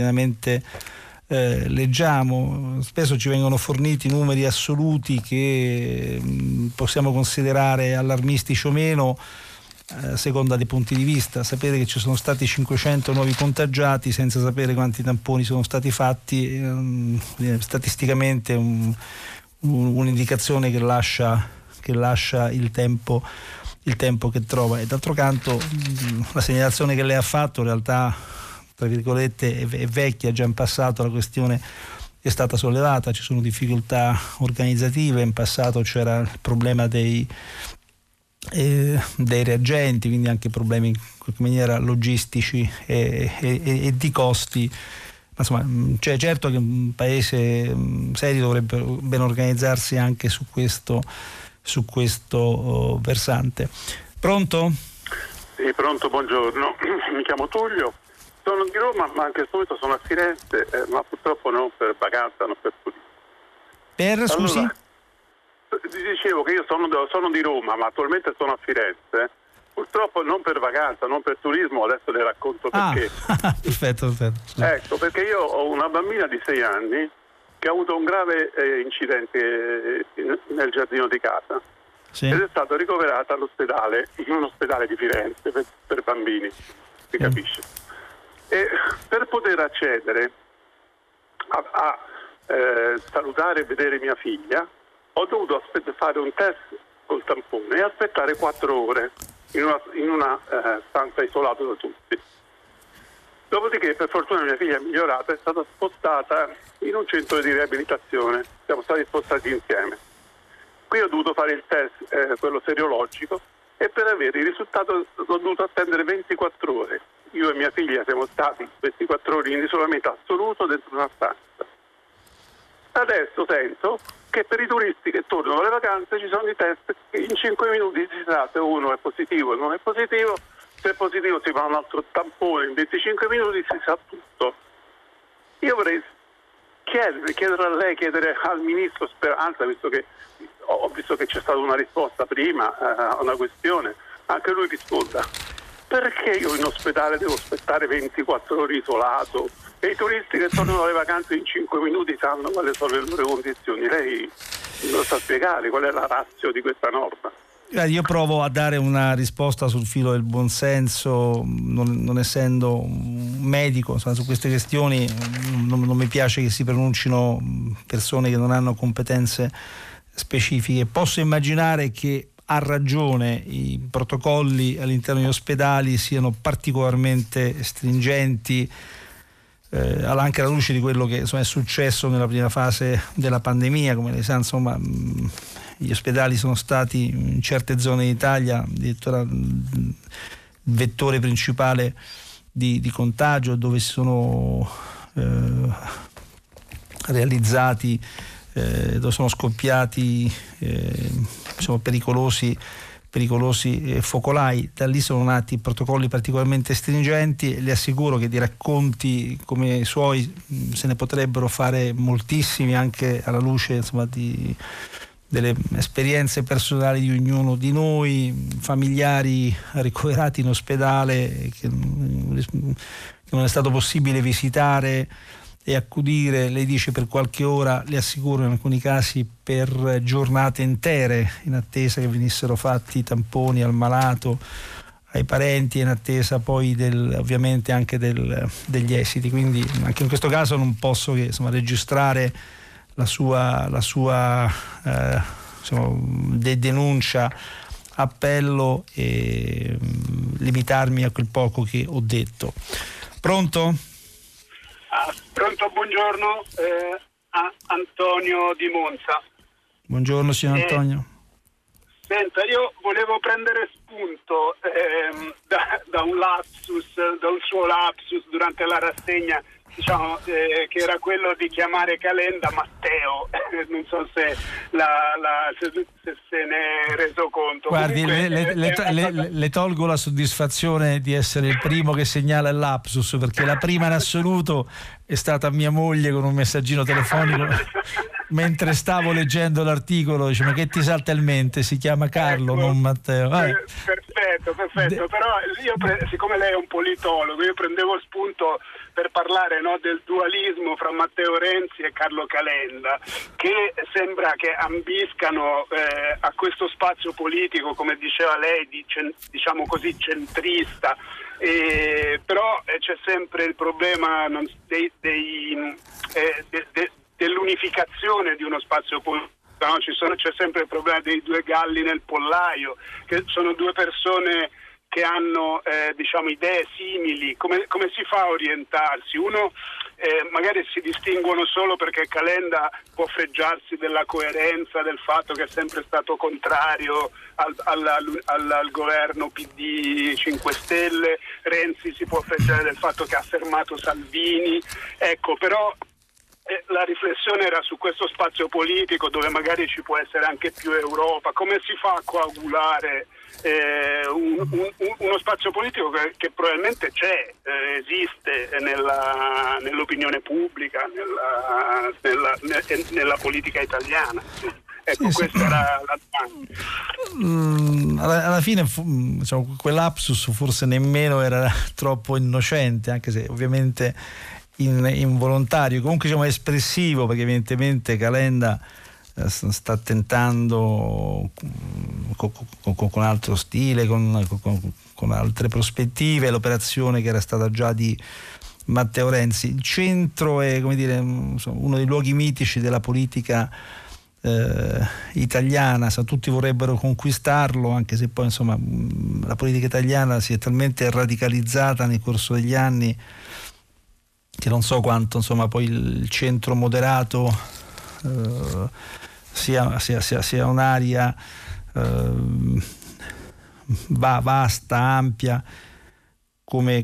leggiamo. Spesso ci vengono forniti numeri assoluti che possiamo considerare allarmistici o meno, a seconda dei punti di vista. Sapere che ci sono stati 500 nuovi contagiati senza sapere quanti tamponi sono stati fatti, statisticamente un'indicazione che lascia il tempo che trova. E d'altro canto la segnalazione che lei ha fatto in realtà, tra virgolette, è vecchia, già in passato la questione è stata sollevata, ci sono difficoltà organizzative, in passato c'era il problema dei reagenti, quindi anche problemi in qualche maniera logistici e di costi. Ma insomma, cioè, certo che un paese serio dovrebbe ben organizzarsi anche su questo versante. Pronto? Sì, pronto, buongiorno. Mi chiamo Tullio, sono di Roma, ma anche subito sono a Firenze, ma purtroppo non per vacanza, non per turismo. Scusi? Allora, dicevo che io sono di Roma, ma attualmente sono a Firenze. Purtroppo non per vacanza, non per turismo, adesso le racconto perché. Perfetto. Ecco, perché io ho una bambina di 6 anni che ha avuto un grave incidente nel giardino di casa. Sì. Ed è stata ricoverata all'ospedale, in un ospedale di Firenze per bambini, si capisce. E per poter accedere a salutare e vedere mia figlia, ho dovuto fare un test col tampone e aspettare 4 ore in una stanza isolata da tutti. Dopodiché, per fortuna, mia figlia è migliorata, è stata spostata in un centro di riabilitazione. Siamo stati spostati insieme. Qui ho dovuto fare il test, quello seriologico, e per avere il risultato ho dovuto attendere 24 ore. Io e mia figlia siamo stati 24 ore in isolamento assoluto dentro una stanza. Adesso sento che per i turisti che tornano alle vacanze ci sono i test che in 5 minuti si sa se uno è positivo o non è positivo. Se è positivo si fa un altro tampone, in 25 minuti si sa tutto. Io vorrei chiedere a lei, chiedere al ministro Speranza, visto che ho visto che c'è stata una risposta prima a una questione, anche lui risponda. Perché io in ospedale devo aspettare 24 ore isolato e i turisti che tornano alle vacanze in 5 minuti sanno quali sono le loro condizioni? Lei lo sa spiegare qual è la ratio di questa norma? Io provo a dare una risposta sul filo del buonsenso, non essendo un medico, insomma, su queste questioni non mi piace che si pronuncino persone che non hanno competenze specifiche. Posso immaginare che ha ragione i protocolli all'interno degli ospedali siano particolarmente stringenti, anche alla luce di quello che insomma, è successo nella prima fase della pandemia. Come lei sa, insomma, gli ospedali sono stati in certe zone d'Italia addirittura il vettore principale di contagio, dove si sono realizzati, dove sono scoppiati pericolosi focolai. Da lì sono nati protocolli particolarmente stringenti e le assicuro che di racconti come i suoi se ne potrebbero fare moltissimi, anche alla luce insomma delle esperienze personali di ognuno di noi, familiari ricoverati in ospedale che non è stato possibile visitare e accudire, lei dice per qualche ora, le assicuro in alcuni casi per giornate intere, in attesa che venissero fatti i tamponi al malato, ai parenti, in attesa poi ovviamente anche degli esiti. Quindi anche in questo caso non posso che insomma registrare la sua denuncia, appello e limitarmi a quel poco che ho detto. Pronto? Pronto, buongiorno, Antonio di Monza. Buongiorno signor Antonio. Senta, io volevo prendere spunto da un suo lapsus durante la rassegna, diciamo, che era quello di chiamare Calenda Matteo. Non so se se ne è reso conto. Guardi, comunque, le tolgo la soddisfazione di essere il primo che segnala il lapsus, perché la prima in assoluto è stata mia moglie con un messaggino telefonico mentre stavo leggendo l'articolo. Dice: ma che ti salta in mente? Si chiama Carlo, ecco, non Matteo. Perfetto. Perfetto, però siccome lei è un politologo, io prendevo spunto per parlare, no, del dualismo fra Matteo Renzi e Carlo Calenda, che sembra che ambiscano a questo spazio politico, come diceva lei, diciamo così, centrista. Però c'è sempre il problema dell'unificazione di uno spazio politico. No, c'è sempre il problema dei due galli nel pollaio, che sono due persone che hanno idee simili. Come si fa a orientarsi? Uno magari si distinguono solo perché Calenda può fregiarsi della coerenza del fatto che è sempre stato contrario al governo PD 5 Stelle, Renzi si può fregiare del fatto che ha fermato Salvini, ecco, però la riflessione era su questo spazio politico dove magari ci può essere anche più Europa. Come si fa a coagulare uno spazio politico che probabilmente c'è, esiste nell'opinione pubblica, nella politica italiana? Ecco, sì, questa era la domanda. Alla fine, diciamo, quell'apsus forse nemmeno era troppo innocente, anche se ovviamente involontario, comunque diciamo espressivo, perché evidentemente Calenda sta tentando con altro stile, con altre prospettive, l'operazione che era stata già di Matteo Renzi. Il centro è, come dire, uno dei luoghi mitici della politica italiana, tutti vorrebbero conquistarlo, anche se poi insomma la politica italiana si è talmente radicalizzata nel corso degli anni che non so quanto insomma poi il centro moderato sia un'area vasta, ampia come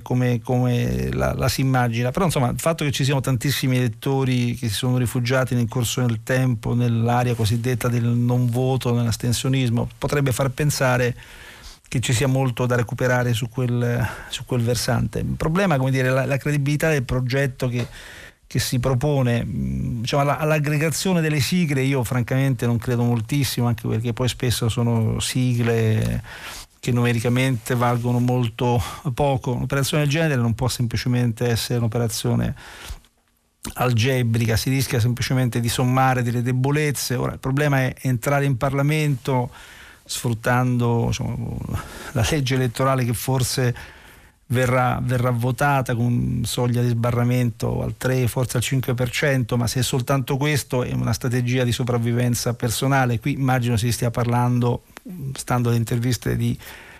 la si immagina. Però insomma il fatto che ci siano tantissimi elettori che si sono rifugiati nel corso del tempo nell'area cosiddetta del non voto, nell'astensionismo, potrebbe far pensare che ci sia molto da recuperare su quel versante. Il problema, come dire, la credibilità del progetto che si propone, diciamo, all'aggregazione delle sigle io francamente non credo moltissimo, anche perché poi spesso sono sigle che numericamente valgono molto poco. Un'operazione del genere non può semplicemente essere un'operazione algebrica, si rischia semplicemente di sommare delle debolezze. Ora il problema è entrare in Parlamento sfruttando, diciamo, la legge elettorale che forse verrà votata con soglia di sbarramento al 3, forse al 5%, ma se è soltanto questo è una strategia di sopravvivenza personale. Qui immagino si stia parlando, stando alle interviste di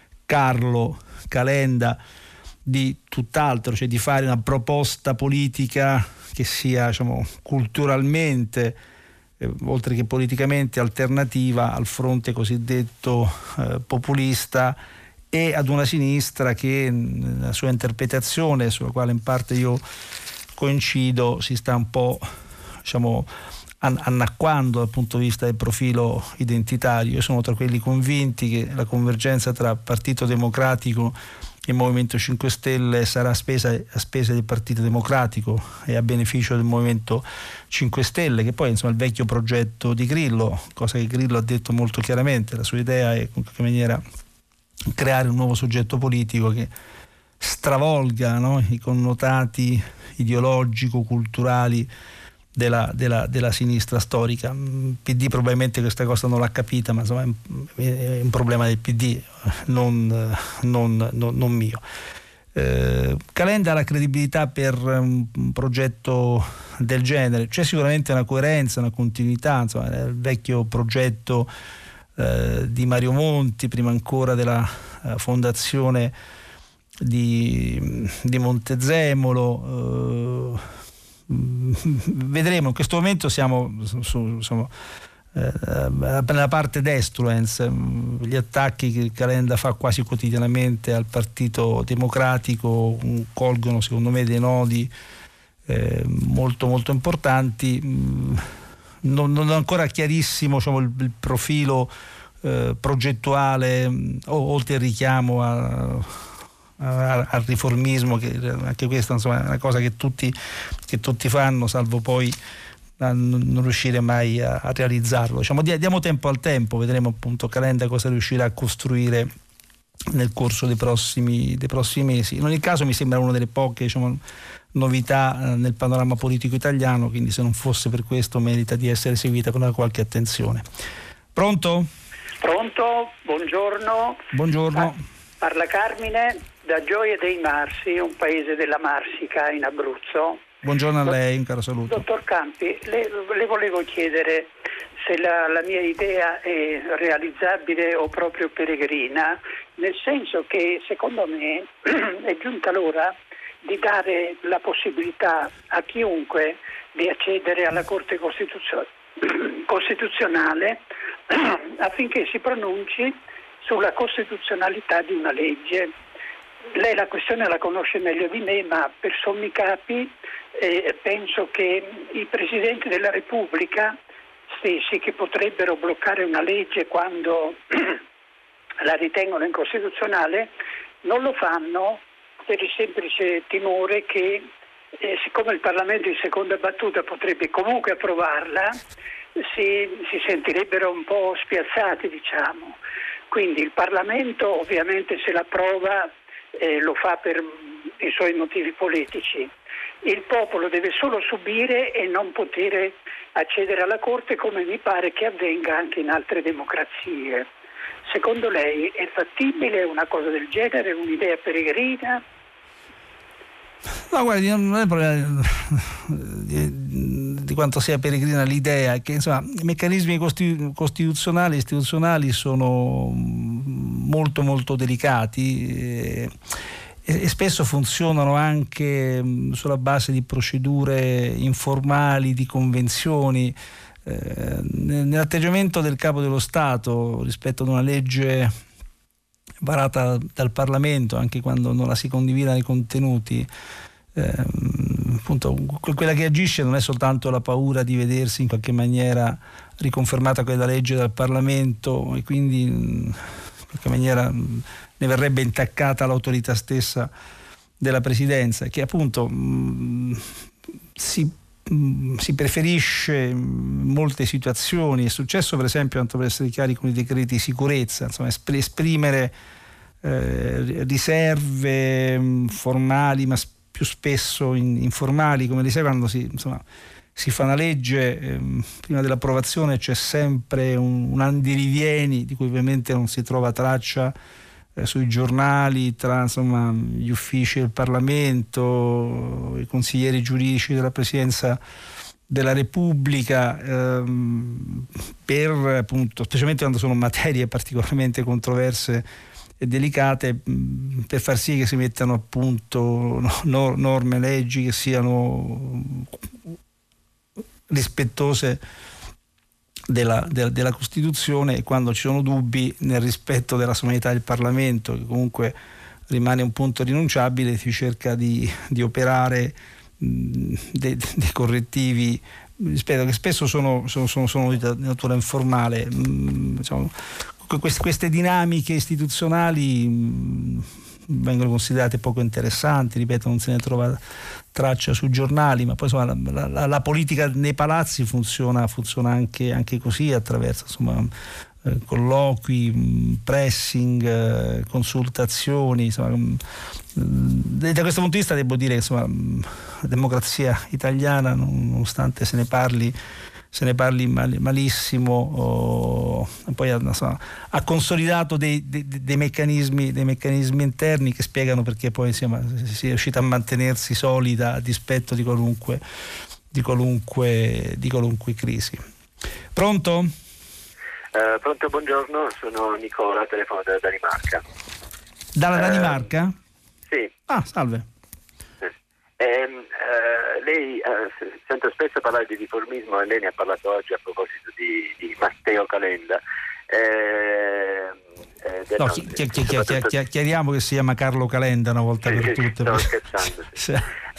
Carlo Calenda, di tutt'altro, cioè di fare una proposta politica che sia, diciamo, culturalmente oltre che politicamente alternativa al fronte cosiddetto populista e ad una sinistra che nella sua interpretazione, sulla quale in parte io coincido, si sta un po', diciamo, annacquando dal punto di vista del profilo identitario. Io sono tra quelli convinti che la convergenza tra Partito Democratico e Movimento 5 Stelle sarà a spese del Partito Democratico e a beneficio del Movimento 5 Stelle, che poi insomma il vecchio progetto di Grillo, cosa che Grillo ha detto molto chiaramente. La sua idea è in qualche maniera creare un nuovo soggetto politico che stravolga, no, i connotati ideologico-culturali della sinistra storica. PD probabilmente questa cosa non l'ha capita, ma insomma è un problema del PD, non mio. Calenda ha la credibilità per un progetto del genere, c'è sicuramente una coerenza, una continuità, insomma, il vecchio progetto di Mario Monti, prima ancora della fondazione di Montezemolo. Vedremo, in questo momento siamo nella parte destruens, gli attacchi che Calenda fa quasi quotidianamente al Partito Democratico colgono secondo me dei nodi molto molto importanti. Non è ancora chiarissimo, diciamo, il profilo progettuale, oltre al richiamo al riformismo, che anche questa insomma è una cosa che tutti fanno, salvo poi non riuscire mai a realizzarlo. Diciamo, diamo tempo al tempo, vedremo appunto Calenda cosa riuscirà a costruire nel corso dei prossimi mesi. In ogni caso mi sembra una delle poche novità nel panorama politico italiano, quindi se non fosse per questo merita di essere seguita con qualche attenzione. Pronto? Pronto, buongiorno. Buongiorno. Parla Carmine da Gioia dei Marsi, un paese della Marsica in Abruzzo. Buongiorno a lei, un caro saluto. Dottor Campi, le volevo chiedere se la mia idea è realizzabile o proprio peregrina, nel senso che secondo me è giunta l'ora di dare la possibilità a chiunque di accedere alla Corte Costituzionale affinché si pronunci sulla costituzionalità di una legge. Lei la questione la conosce meglio di me, ma per sommi capi penso che i presidenti della Repubblica stessi, che potrebbero bloccare una legge quando la ritengono incostituzionale, non lo fanno per il semplice timore che siccome il Parlamento in seconda battuta potrebbe comunque approvarla, si sentirebbero un po' spiazzati, diciamo. Quindi il Parlamento ovviamente se l'approva lo fa per i suoi motivi politici. Il popolo deve solo subire e non poter accedere alla Corte, come mi pare che avvenga anche in altre democrazie. Secondo lei è fattibile una cosa del genere, un'idea peregrina? No, guardi, non è un problema di quanto sia peregrina l'idea, è che insomma i meccanismi costituzionali e istituzionali sono molto molto delicati e spesso funzionano anche sulla base di procedure informali, di convenzioni. Nell'atteggiamento del Capo dello Stato rispetto ad una legge varata dal Parlamento, anche quando non la si condivida nei contenuti, appunto quella che agisce non è soltanto la paura di vedersi in qualche maniera riconfermata quella legge dal Parlamento e quindi in qualche maniera ne verrebbe intaccata l'autorità stessa della Presidenza, che appunto si preferisce in molte situazioni. È successo per esempio, tanto per essere chiari, con i decreti di sicurezza, insomma esprimere riserve formali ma più spesso informali, come le sai, quando si fa una legge, prima dell'approvazione c'è sempre un andirivieni di cui ovviamente non si trova traccia sui giornali, tra insomma gli uffici del Parlamento, i consiglieri giuridici della Presidenza della Repubblica, per appunto, specialmente quando sono materie particolarmente controverse e delicate, per far sì che si mettano a punto norme, leggi che siano rispettose della Costituzione, e quando ci sono dubbi nel rispetto della sovranità del Parlamento, che comunque rimane un punto irrinunciabile, si cerca di operare dei correttivi, rispetto che spesso sono di natura informale. Diciamo, queste dinamiche istituzionali vengono considerate poco interessanti, ripeto, non se ne trova traccia sui giornali, ma poi insomma la politica nei palazzi funziona anche così, attraverso insomma colloqui, pressing, consultazioni, insomma. Da questo punto di vista devo dire che insomma la democrazia italiana, nonostante se ne parli malissimo, poi insomma, ha consolidato dei meccanismi interni che spiegano perché poi insomma, si è riuscita a mantenersi solida a dispetto di qualunque crisi. Pronto? Pronto, buongiorno, sono Nicola, telefono dalla Danimarca. Dalla Danimarca? Sì. Ah, salve. Lei sento spesso parlare di riformismo e lei ne ha parlato oggi a proposito di Matteo Calenda. Chiariamo che si chiama Carlo Calenda una volta per tutte. Sto scherzando. Sì.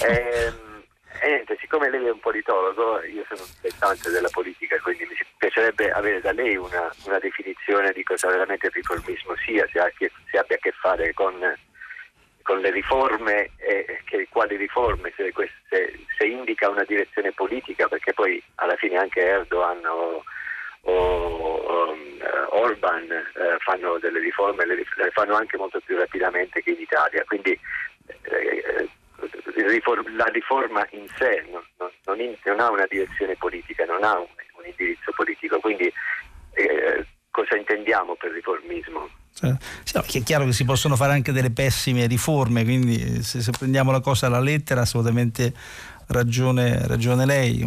Siccome lei è un politologo, io sono un dilettante della politica, quindi mi piacerebbe avere da lei una definizione di cosa veramente il riformismo sia, se abbia a che fare con le riforme, quali riforme, se indica una direzione politica, perché poi alla fine anche Erdogan o Orban fanno delle riforme, le fanno anche molto più rapidamente che in Italia, quindi la riforma in sé non ha una direzione politica, non ha un indirizzo politico, quindi cosa intendiamo per riformismo? Sì, è chiaro che si possono fare anche delle pessime riforme, quindi se prendiamo la cosa alla lettera, assolutamente ragione lei.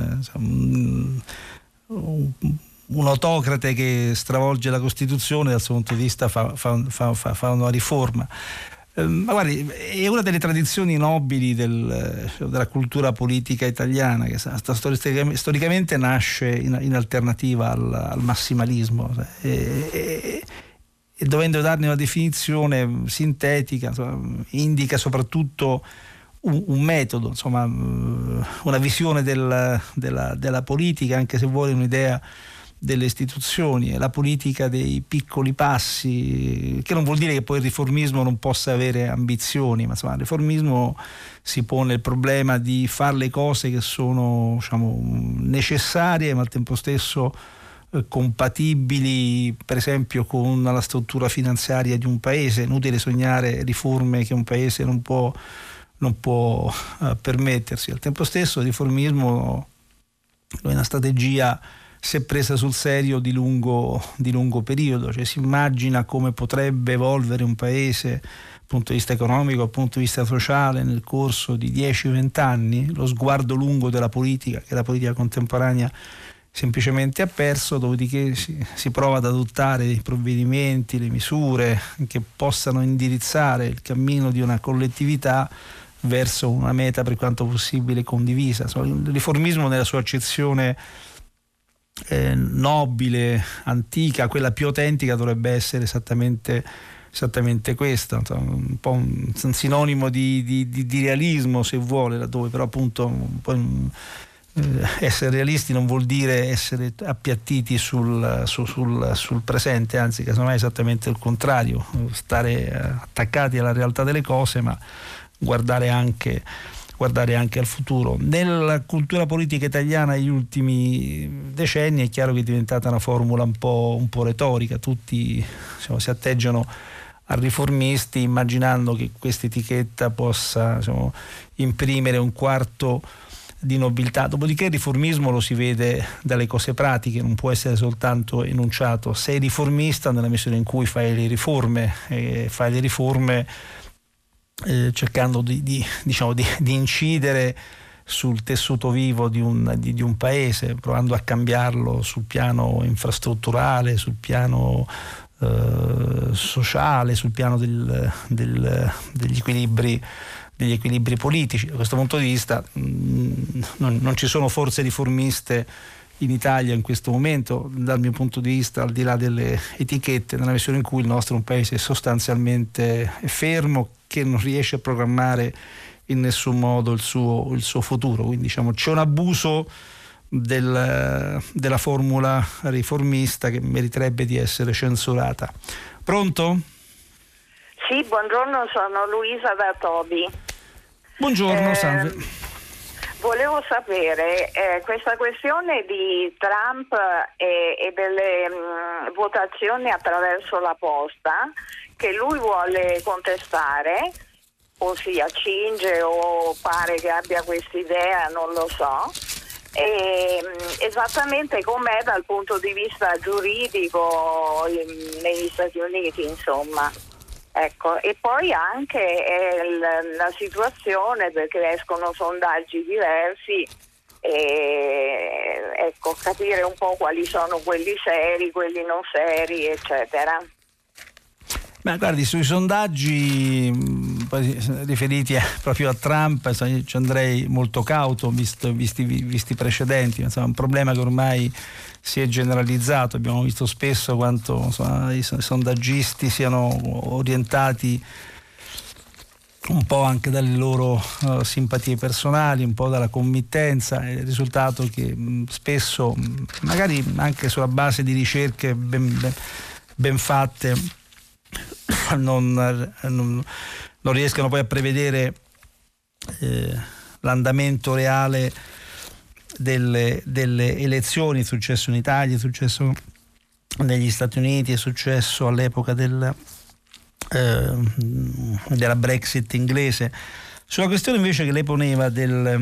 Un autocrate che stravolge la Costituzione dal suo punto di vista fa una riforma. Ma guardi, è una delle tradizioni nobili della cultura politica italiana, che storicamente nasce in alternativa al massimalismo, e dovendo darne una definizione sintetica, indica soprattutto un metodo, insomma, una visione della politica, anche se vuole un'idea delle istituzioni, e la politica dei piccoli passi, che non vuol dire che poi il riformismo non possa avere ambizioni, ma insomma il riformismo si pone il problema di fare le cose che sono, diciamo, necessarie, ma al tempo stesso compatibili, per esempio, con la struttura finanziaria di un paese. È inutile sognare riforme che un paese non può permettersi. Al tempo stesso il riformismo è una strategia, se presa sul serio, di lungo periodo, cioè si immagina come potrebbe evolvere un paese dal punto di vista economico, dal punto di vista sociale, nel corso di 10-20 anni. Lo sguardo lungo della politica, che la politica contemporanea semplicemente ha perso, dopodiché si prova ad adottare dei provvedimenti, le misure che possano indirizzare il cammino di una collettività verso una meta per quanto possibile condivisa. Il riformismo nella sua accezione nobile, antica, quella più autentica, dovrebbe essere esattamente questo, un po' un sinonimo di realismo, se vuole, laddove però appunto essere realisti non vuol dire essere appiattiti sul presente, anzi casomai è esattamente il contrario, stare attaccati alla realtà delle cose, ma guardare anche al futuro. Nella cultura politica italiana negli ultimi decenni è chiaro che è diventata una formula un po' retorica. Tutti si atteggiano a riformisti immaginando che questa etichetta possa imprimere un quarto di nobiltà. Dopodiché il riformismo lo si vede dalle cose pratiche, non può essere soltanto enunciato. Sei riformista nella misura in cui fai le riforme, cercando di incidere sul tessuto vivo di un paese, provando a cambiarlo sul piano infrastrutturale, sul piano sociale, sul piano degli equilibri politici. Da questo punto di vista non ci sono forze riformiste in Italia in questo momento, dal mio punto di vista, al di là delle etichette, nella misura in cui il nostro è un paese sostanzialmente fermo, che non riesce a programmare in nessun modo il suo futuro. Quindi c'è un abuso della formula riformista che meriterebbe di essere censurata. Pronto? Sì, buongiorno, sono Luisa da Tobi. Buongiorno, salve. Volevo sapere questa questione di Trump e delle votazioni attraverso la posta che lui vuole contestare, o si accinge o pare che abbia quest'idea, non lo so, esattamente com'è dal punto di vista giuridico negli Stati Uniti, insomma. Ecco, e poi anche la situazione, perché escono sondaggi diversi, e capire un po' quali sono quelli seri, quelli non seri, eccetera. Ma guardi, sui sondaggi riferiti proprio a Trump ci andrei molto cauto, visti i precedenti. Insomma, è un problema che ormai si è generalizzato. Abbiamo visto spesso quanto i sondaggisti siano orientati un po' anche dalle loro simpatie personali, un po' dalla committenza. È il risultato che spesso, magari anche sulla base di ricerche ben fatte, non riescano poi a prevedere l'andamento reale delle elezioni. È successo in Italia, è successo negli Stati Uniti, è successo all'epoca della Brexit inglese. Sulla questione invece che lei poneva delle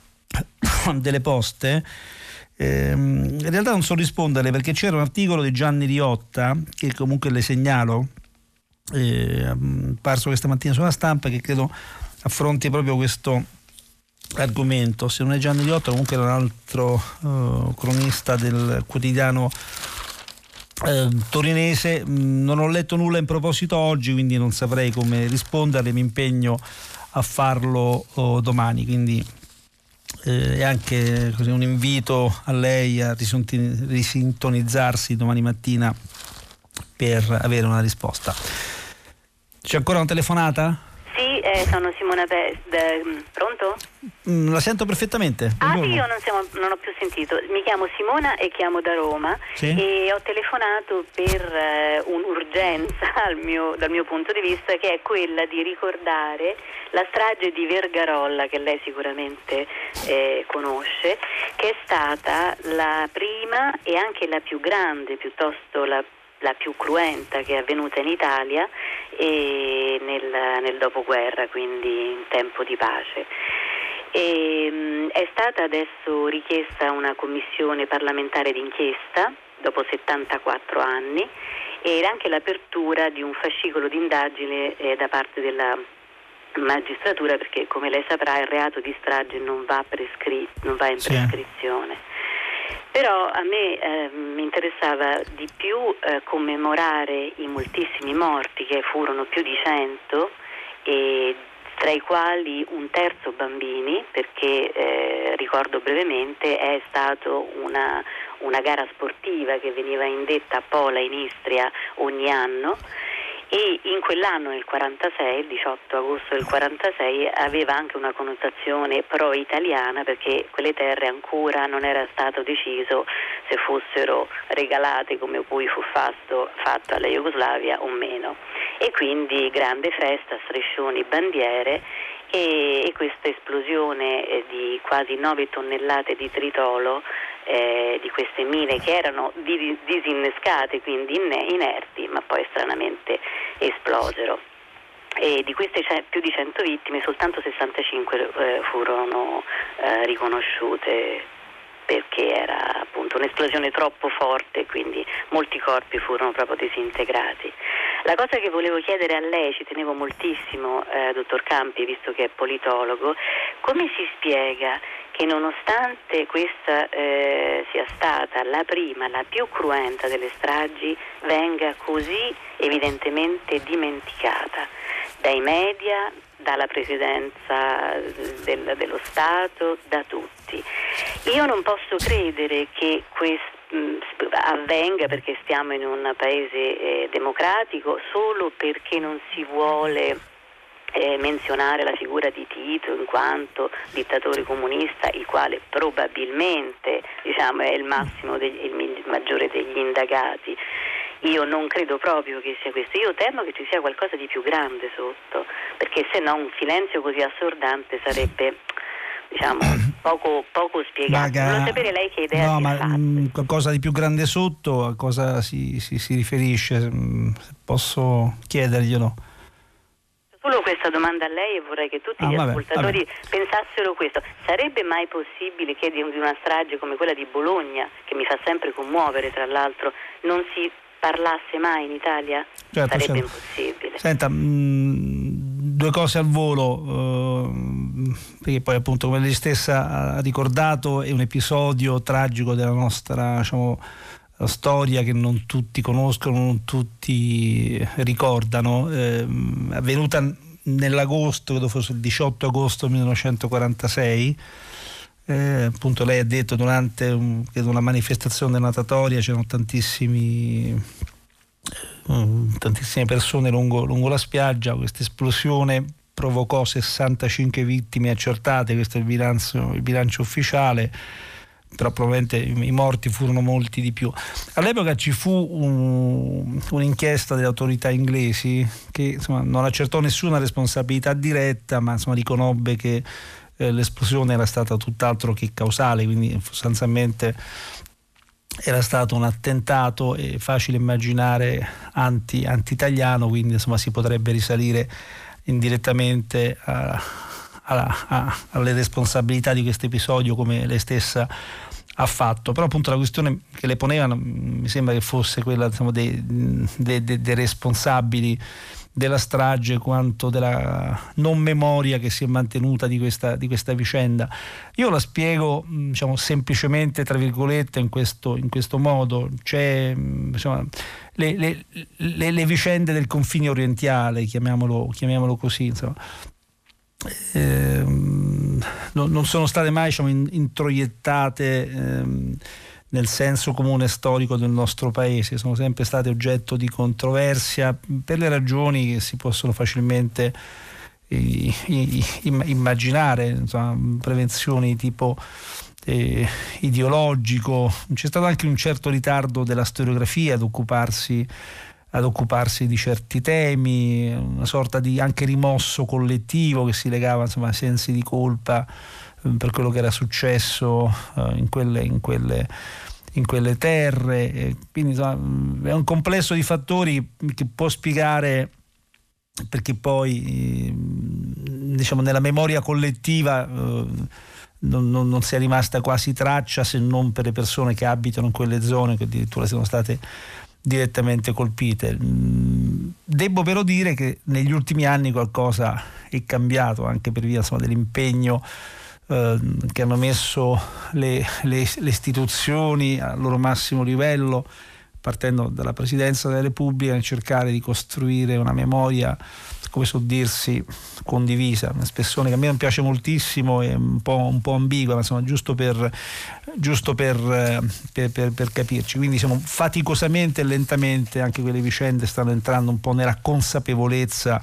poste, in realtà non so risponderle, perché c'era un articolo di Gianni Riotta, che comunque le segnalo, apparso questa mattina sulla Stampa, che credo affronti proprio questo argomento. Se non è Gianni Riotta, comunque era un altro cronista del quotidiano torinese. Non ho letto nulla in proposito oggi, quindi non saprei come risponderle, mi impegno a farlo domani, quindi è anche così un invito a lei a risintonizzarsi domani mattina per avere una risposta. C'è ancora una telefonata? Sì, sono Simona pronto? La sento perfettamente. Sì, io non ho più sentito. Mi chiamo Simona e chiamo da Roma, sì? E ho telefonato per un'urgenza dal mio punto di vista, che è quella di ricordare la strage di Vergarolla, che lei sicuramente conosce, che è stata la prima e anche la più grande, piuttosto la più cruenta che è avvenuta in Italia e nel dopoguerra, quindi in tempo di pace. È stata adesso richiesta una commissione parlamentare d'inchiesta dopo 74 anni e anche l'apertura di un fascicolo d'indagine da parte della magistratura, perché come lei saprà il reato di strage non va in prescrizione. Però a me mi interessava di più commemorare i moltissimi morti, che furono più di 100, e tra i quali un terzo bambini, perché ricordo brevemente è stato una gara sportiva che veniva indetta a Pola in Istria ogni anno, e in quell'anno, nel 46, il 18 agosto del 46, aveva anche una connotazione pro-italiana, perché quelle terre ancora non era stato deciso se fossero regalate, come poi fu fatto alla Jugoslavia, o meno. E quindi grande festa, striscioni, bandiere, e questa esplosione di quasi 9 tonnellate di tritolo, di queste mine che erano disinnescate, quindi inerti, ma poi stranamente esplosero. E di queste più di 100 vittime, soltanto 65 furono riconosciute, perché era appunto un'esplosione troppo forte, quindi molti corpi furono proprio disintegrati. La cosa che volevo chiedere a lei, ci tenevo moltissimo, dottor Campi, visto che è politologo, come si spiega che nonostante questa sia stata la prima, la più cruenta delle stragi, venga così evidentemente dimenticata dai media, dalla presidenza dello Stato, da tutti. Io non posso credere che questo avvenga, perché stiamo in un paese democratico, solo perché non si vuole menzionare la figura di Tito in quanto dittatore comunista, il quale probabilmente è il massimo il maggiore degli indagati. Io non credo proprio che sia questo, io temo che ci sia qualcosa di più grande sotto, perché se no un silenzio così assordante sarebbe poco spiegato. Volevo sapere lei che idea ha. Ma qualcosa di più grande sotto, a cosa si riferisce? Se posso chiederglielo. Solo questa domanda a lei, e vorrei che tutti gli ascoltatori pensassero questo. Sarebbe mai possibile che di una strage come quella di Bologna, che mi fa sempre commuovere tra l'altro, non si parlasse mai in Italia? Certo, sarebbe impossibile. Senta, due cose al volo, perché poi appunto, come lei stessa ha ricordato, è un episodio tragico della nostra storia che non tutti conoscono, non tutti ricordano, avvenuta nell'agosto, credo fosse il 18 agosto 1946. Appunto lei ha detto durante una manifestazione natatoria c'erano tantissime persone lungo la spiaggia. Questa esplosione provocò 65 vittime accertate, questo è il bilancio ufficiale, però probabilmente i morti furono molti di più. All'epoca ci fu un'inchiesta delle autorità inglesi che non accertò nessuna responsabilità diretta, ma riconobbe che l'esplosione era stata tutt'altro che causale, quindi sostanzialmente era stato un attentato, è facile immaginare anti-italiano, quindi insomma si potrebbe risalire indirettamente alle responsabilità di questo episodio, come lei stessa ha fatto. Però appunto la questione che le ponevano mi sembra che fosse quella, insomma, dei responsabili della strage quanto della non memoria che si è mantenuta di questa vicenda. Io la spiego, diciamo, semplicemente tra virgolette in questo modo. C'è, insomma, le vicende del confine orientale, chiamiamolo così, insomma, non sono state mai, diciamo, introiettate nel senso comune storico del nostro paese, sono sempre state oggetto di controversia per le ragioni che si possono facilmente immaginare, insomma, prevenzioni di tipo ideologico. C'è stato anche un certo ritardo della storiografia ad occuparsi di certi temi, una sorta di anche rimosso collettivo che si legava, insomma, a sensi di colpa per quello che era successo in quelle terre. Quindi, insomma, è un complesso di fattori che può spiegare perché poi, diciamo, nella memoria collettiva non sia rimasta quasi traccia, se non per le persone che abitano in quelle zone, che addirittura sono state direttamente colpite. Devo però dire che negli ultimi anni qualcosa è cambiato, anche per via, insomma, dell'impegno che hanno messo le istituzioni al loro massimo livello, partendo dalla Presidenza della Repubblica, nel cercare di costruire una memoria, come so dirsi, condivisa. Un'espressione che a me non piace moltissimo, è un po' ambigua, ma insomma giusto per capirci. Quindi, diciamo, faticosamente e lentamente anche quelle vicende stanno entrando un po' nella consapevolezza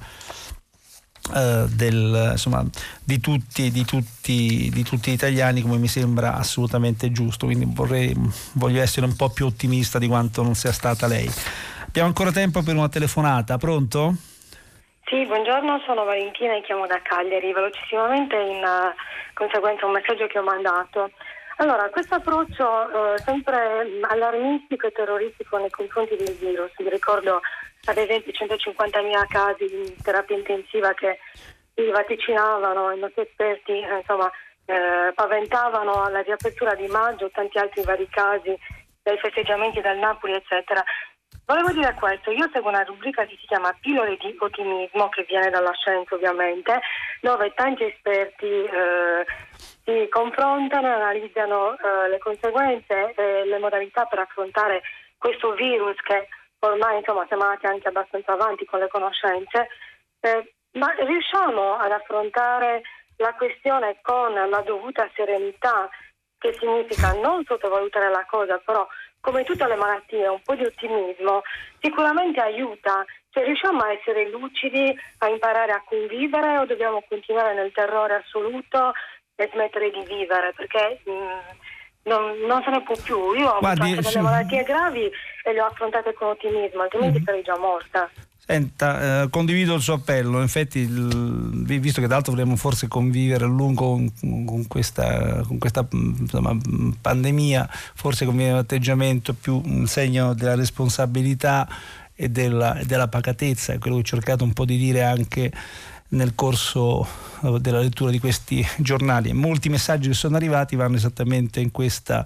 insomma, di tutti gli italiani, come mi sembra assolutamente giusto. Quindi voglio essere un po' più ottimista di quanto non sia stata lei. Abbiamo ancora tempo per una telefonata. Pronto? Sì, buongiorno, sono Valentina e chiamo da Cagliari. Velocissimamente, in conseguenza a un messaggio che ho mandato. Allora, questo approccio sempre allarmistico e terroristico nei confronti del virus. Vi ricordo ad esempio 150.000 casi di terapia intensiva che si vaticinavano, i nostri esperti paventavano la riapertura di maggio, tanti altri vari casi, dai festeggiamenti del Napoli eccetera. Volevo dire questo: io seguo una rubrica che si chiama Pillole di ottimismo, che viene dalla scienza ovviamente, dove tanti esperti si confrontano e analizzano le conseguenze e le modalità per affrontare questo virus che ormai, insomma, siamo andati anche abbastanza avanti con le conoscenze, ma riusciamo ad affrontare la questione con la dovuta serenità, che significa non sottovalutare la cosa, però come tutte le malattie un po' di ottimismo sicuramente aiuta. Cioè, riusciamo a essere lucidi, a imparare a convivere, o dobbiamo continuare nel terrore assoluto e smettere di vivere? Perché non se ne può più. Io ho avuto anche delle malattie gravi e le ho affrontate con ottimismo, altrimenti sarei già morta. Senta, condivido il suo appello. In effetti, visto che d'altro dovremmo forse convivere a lungo con questa insomma, pandemia, forse conviene un atteggiamento più un segno della responsabilità e della pacatezza. È quello che ho cercato un po' di dire anche nel corso della lettura di questi giornali. E molti messaggi che sono arrivati vanno esattamente in questa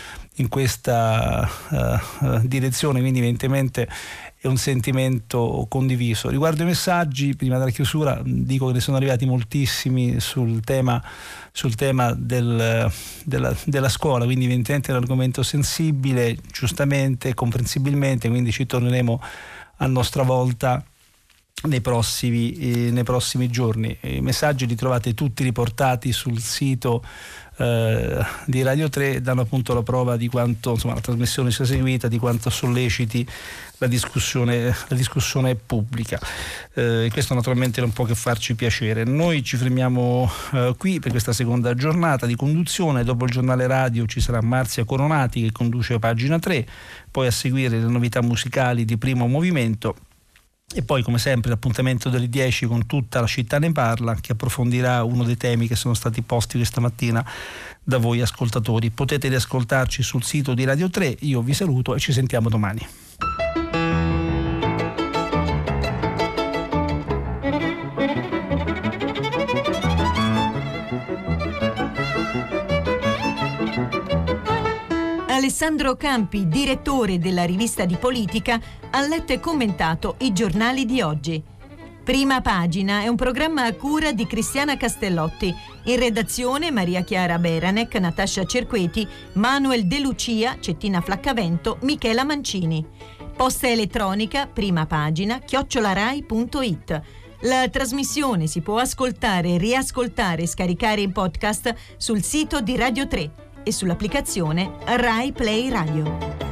direzione, quindi evidentemente è un sentimento condiviso. Riguardo i messaggi, prima della chiusura dico che ne sono arrivati moltissimi sul tema della scuola, quindi evidentemente è un argomento sensibile, giustamente, comprensibilmente, quindi ci torneremo a nostra volta nei prossimi giorni. I messaggi li trovate tutti riportati sul sito di Radio 3, danno appunto la prova di quanto, insomma, la trasmissione sia seguita, di quanto solleciti la discussione pubblica. Questo naturalmente non può che farci piacere. Noi ci fermiamo qui per questa seconda giornata di conduzione. Dopo il giornale radio ci sarà Marzia Coronati che conduce Pagina 3, poi a seguire le novità musicali di Primo Movimento E poi, come sempre, l'appuntamento delle 10 con Tutta la città ne parla, che approfondirà uno dei temi che sono stati posti questa mattina da voi ascoltatori. Potete riascoltarci sul sito di Radio 3. Io vi saluto e ci sentiamo domani. Alessandro Campi, direttore della rivista di politica, ha letto e commentato i giornali di oggi. Prima Pagina è un programma a cura di Cristiana Castellotti. In redazione Maria Chiara Beranec, Natascia Cerqueti, Manuel De Lucia, Cettina Flaccavento, Michela Mancini. Posta elettronica primapagina@rai.it. La trasmissione si può ascoltare, riascoltare e scaricare in podcast sul sito di Radio 3 e sull'applicazione Rai Play Radio.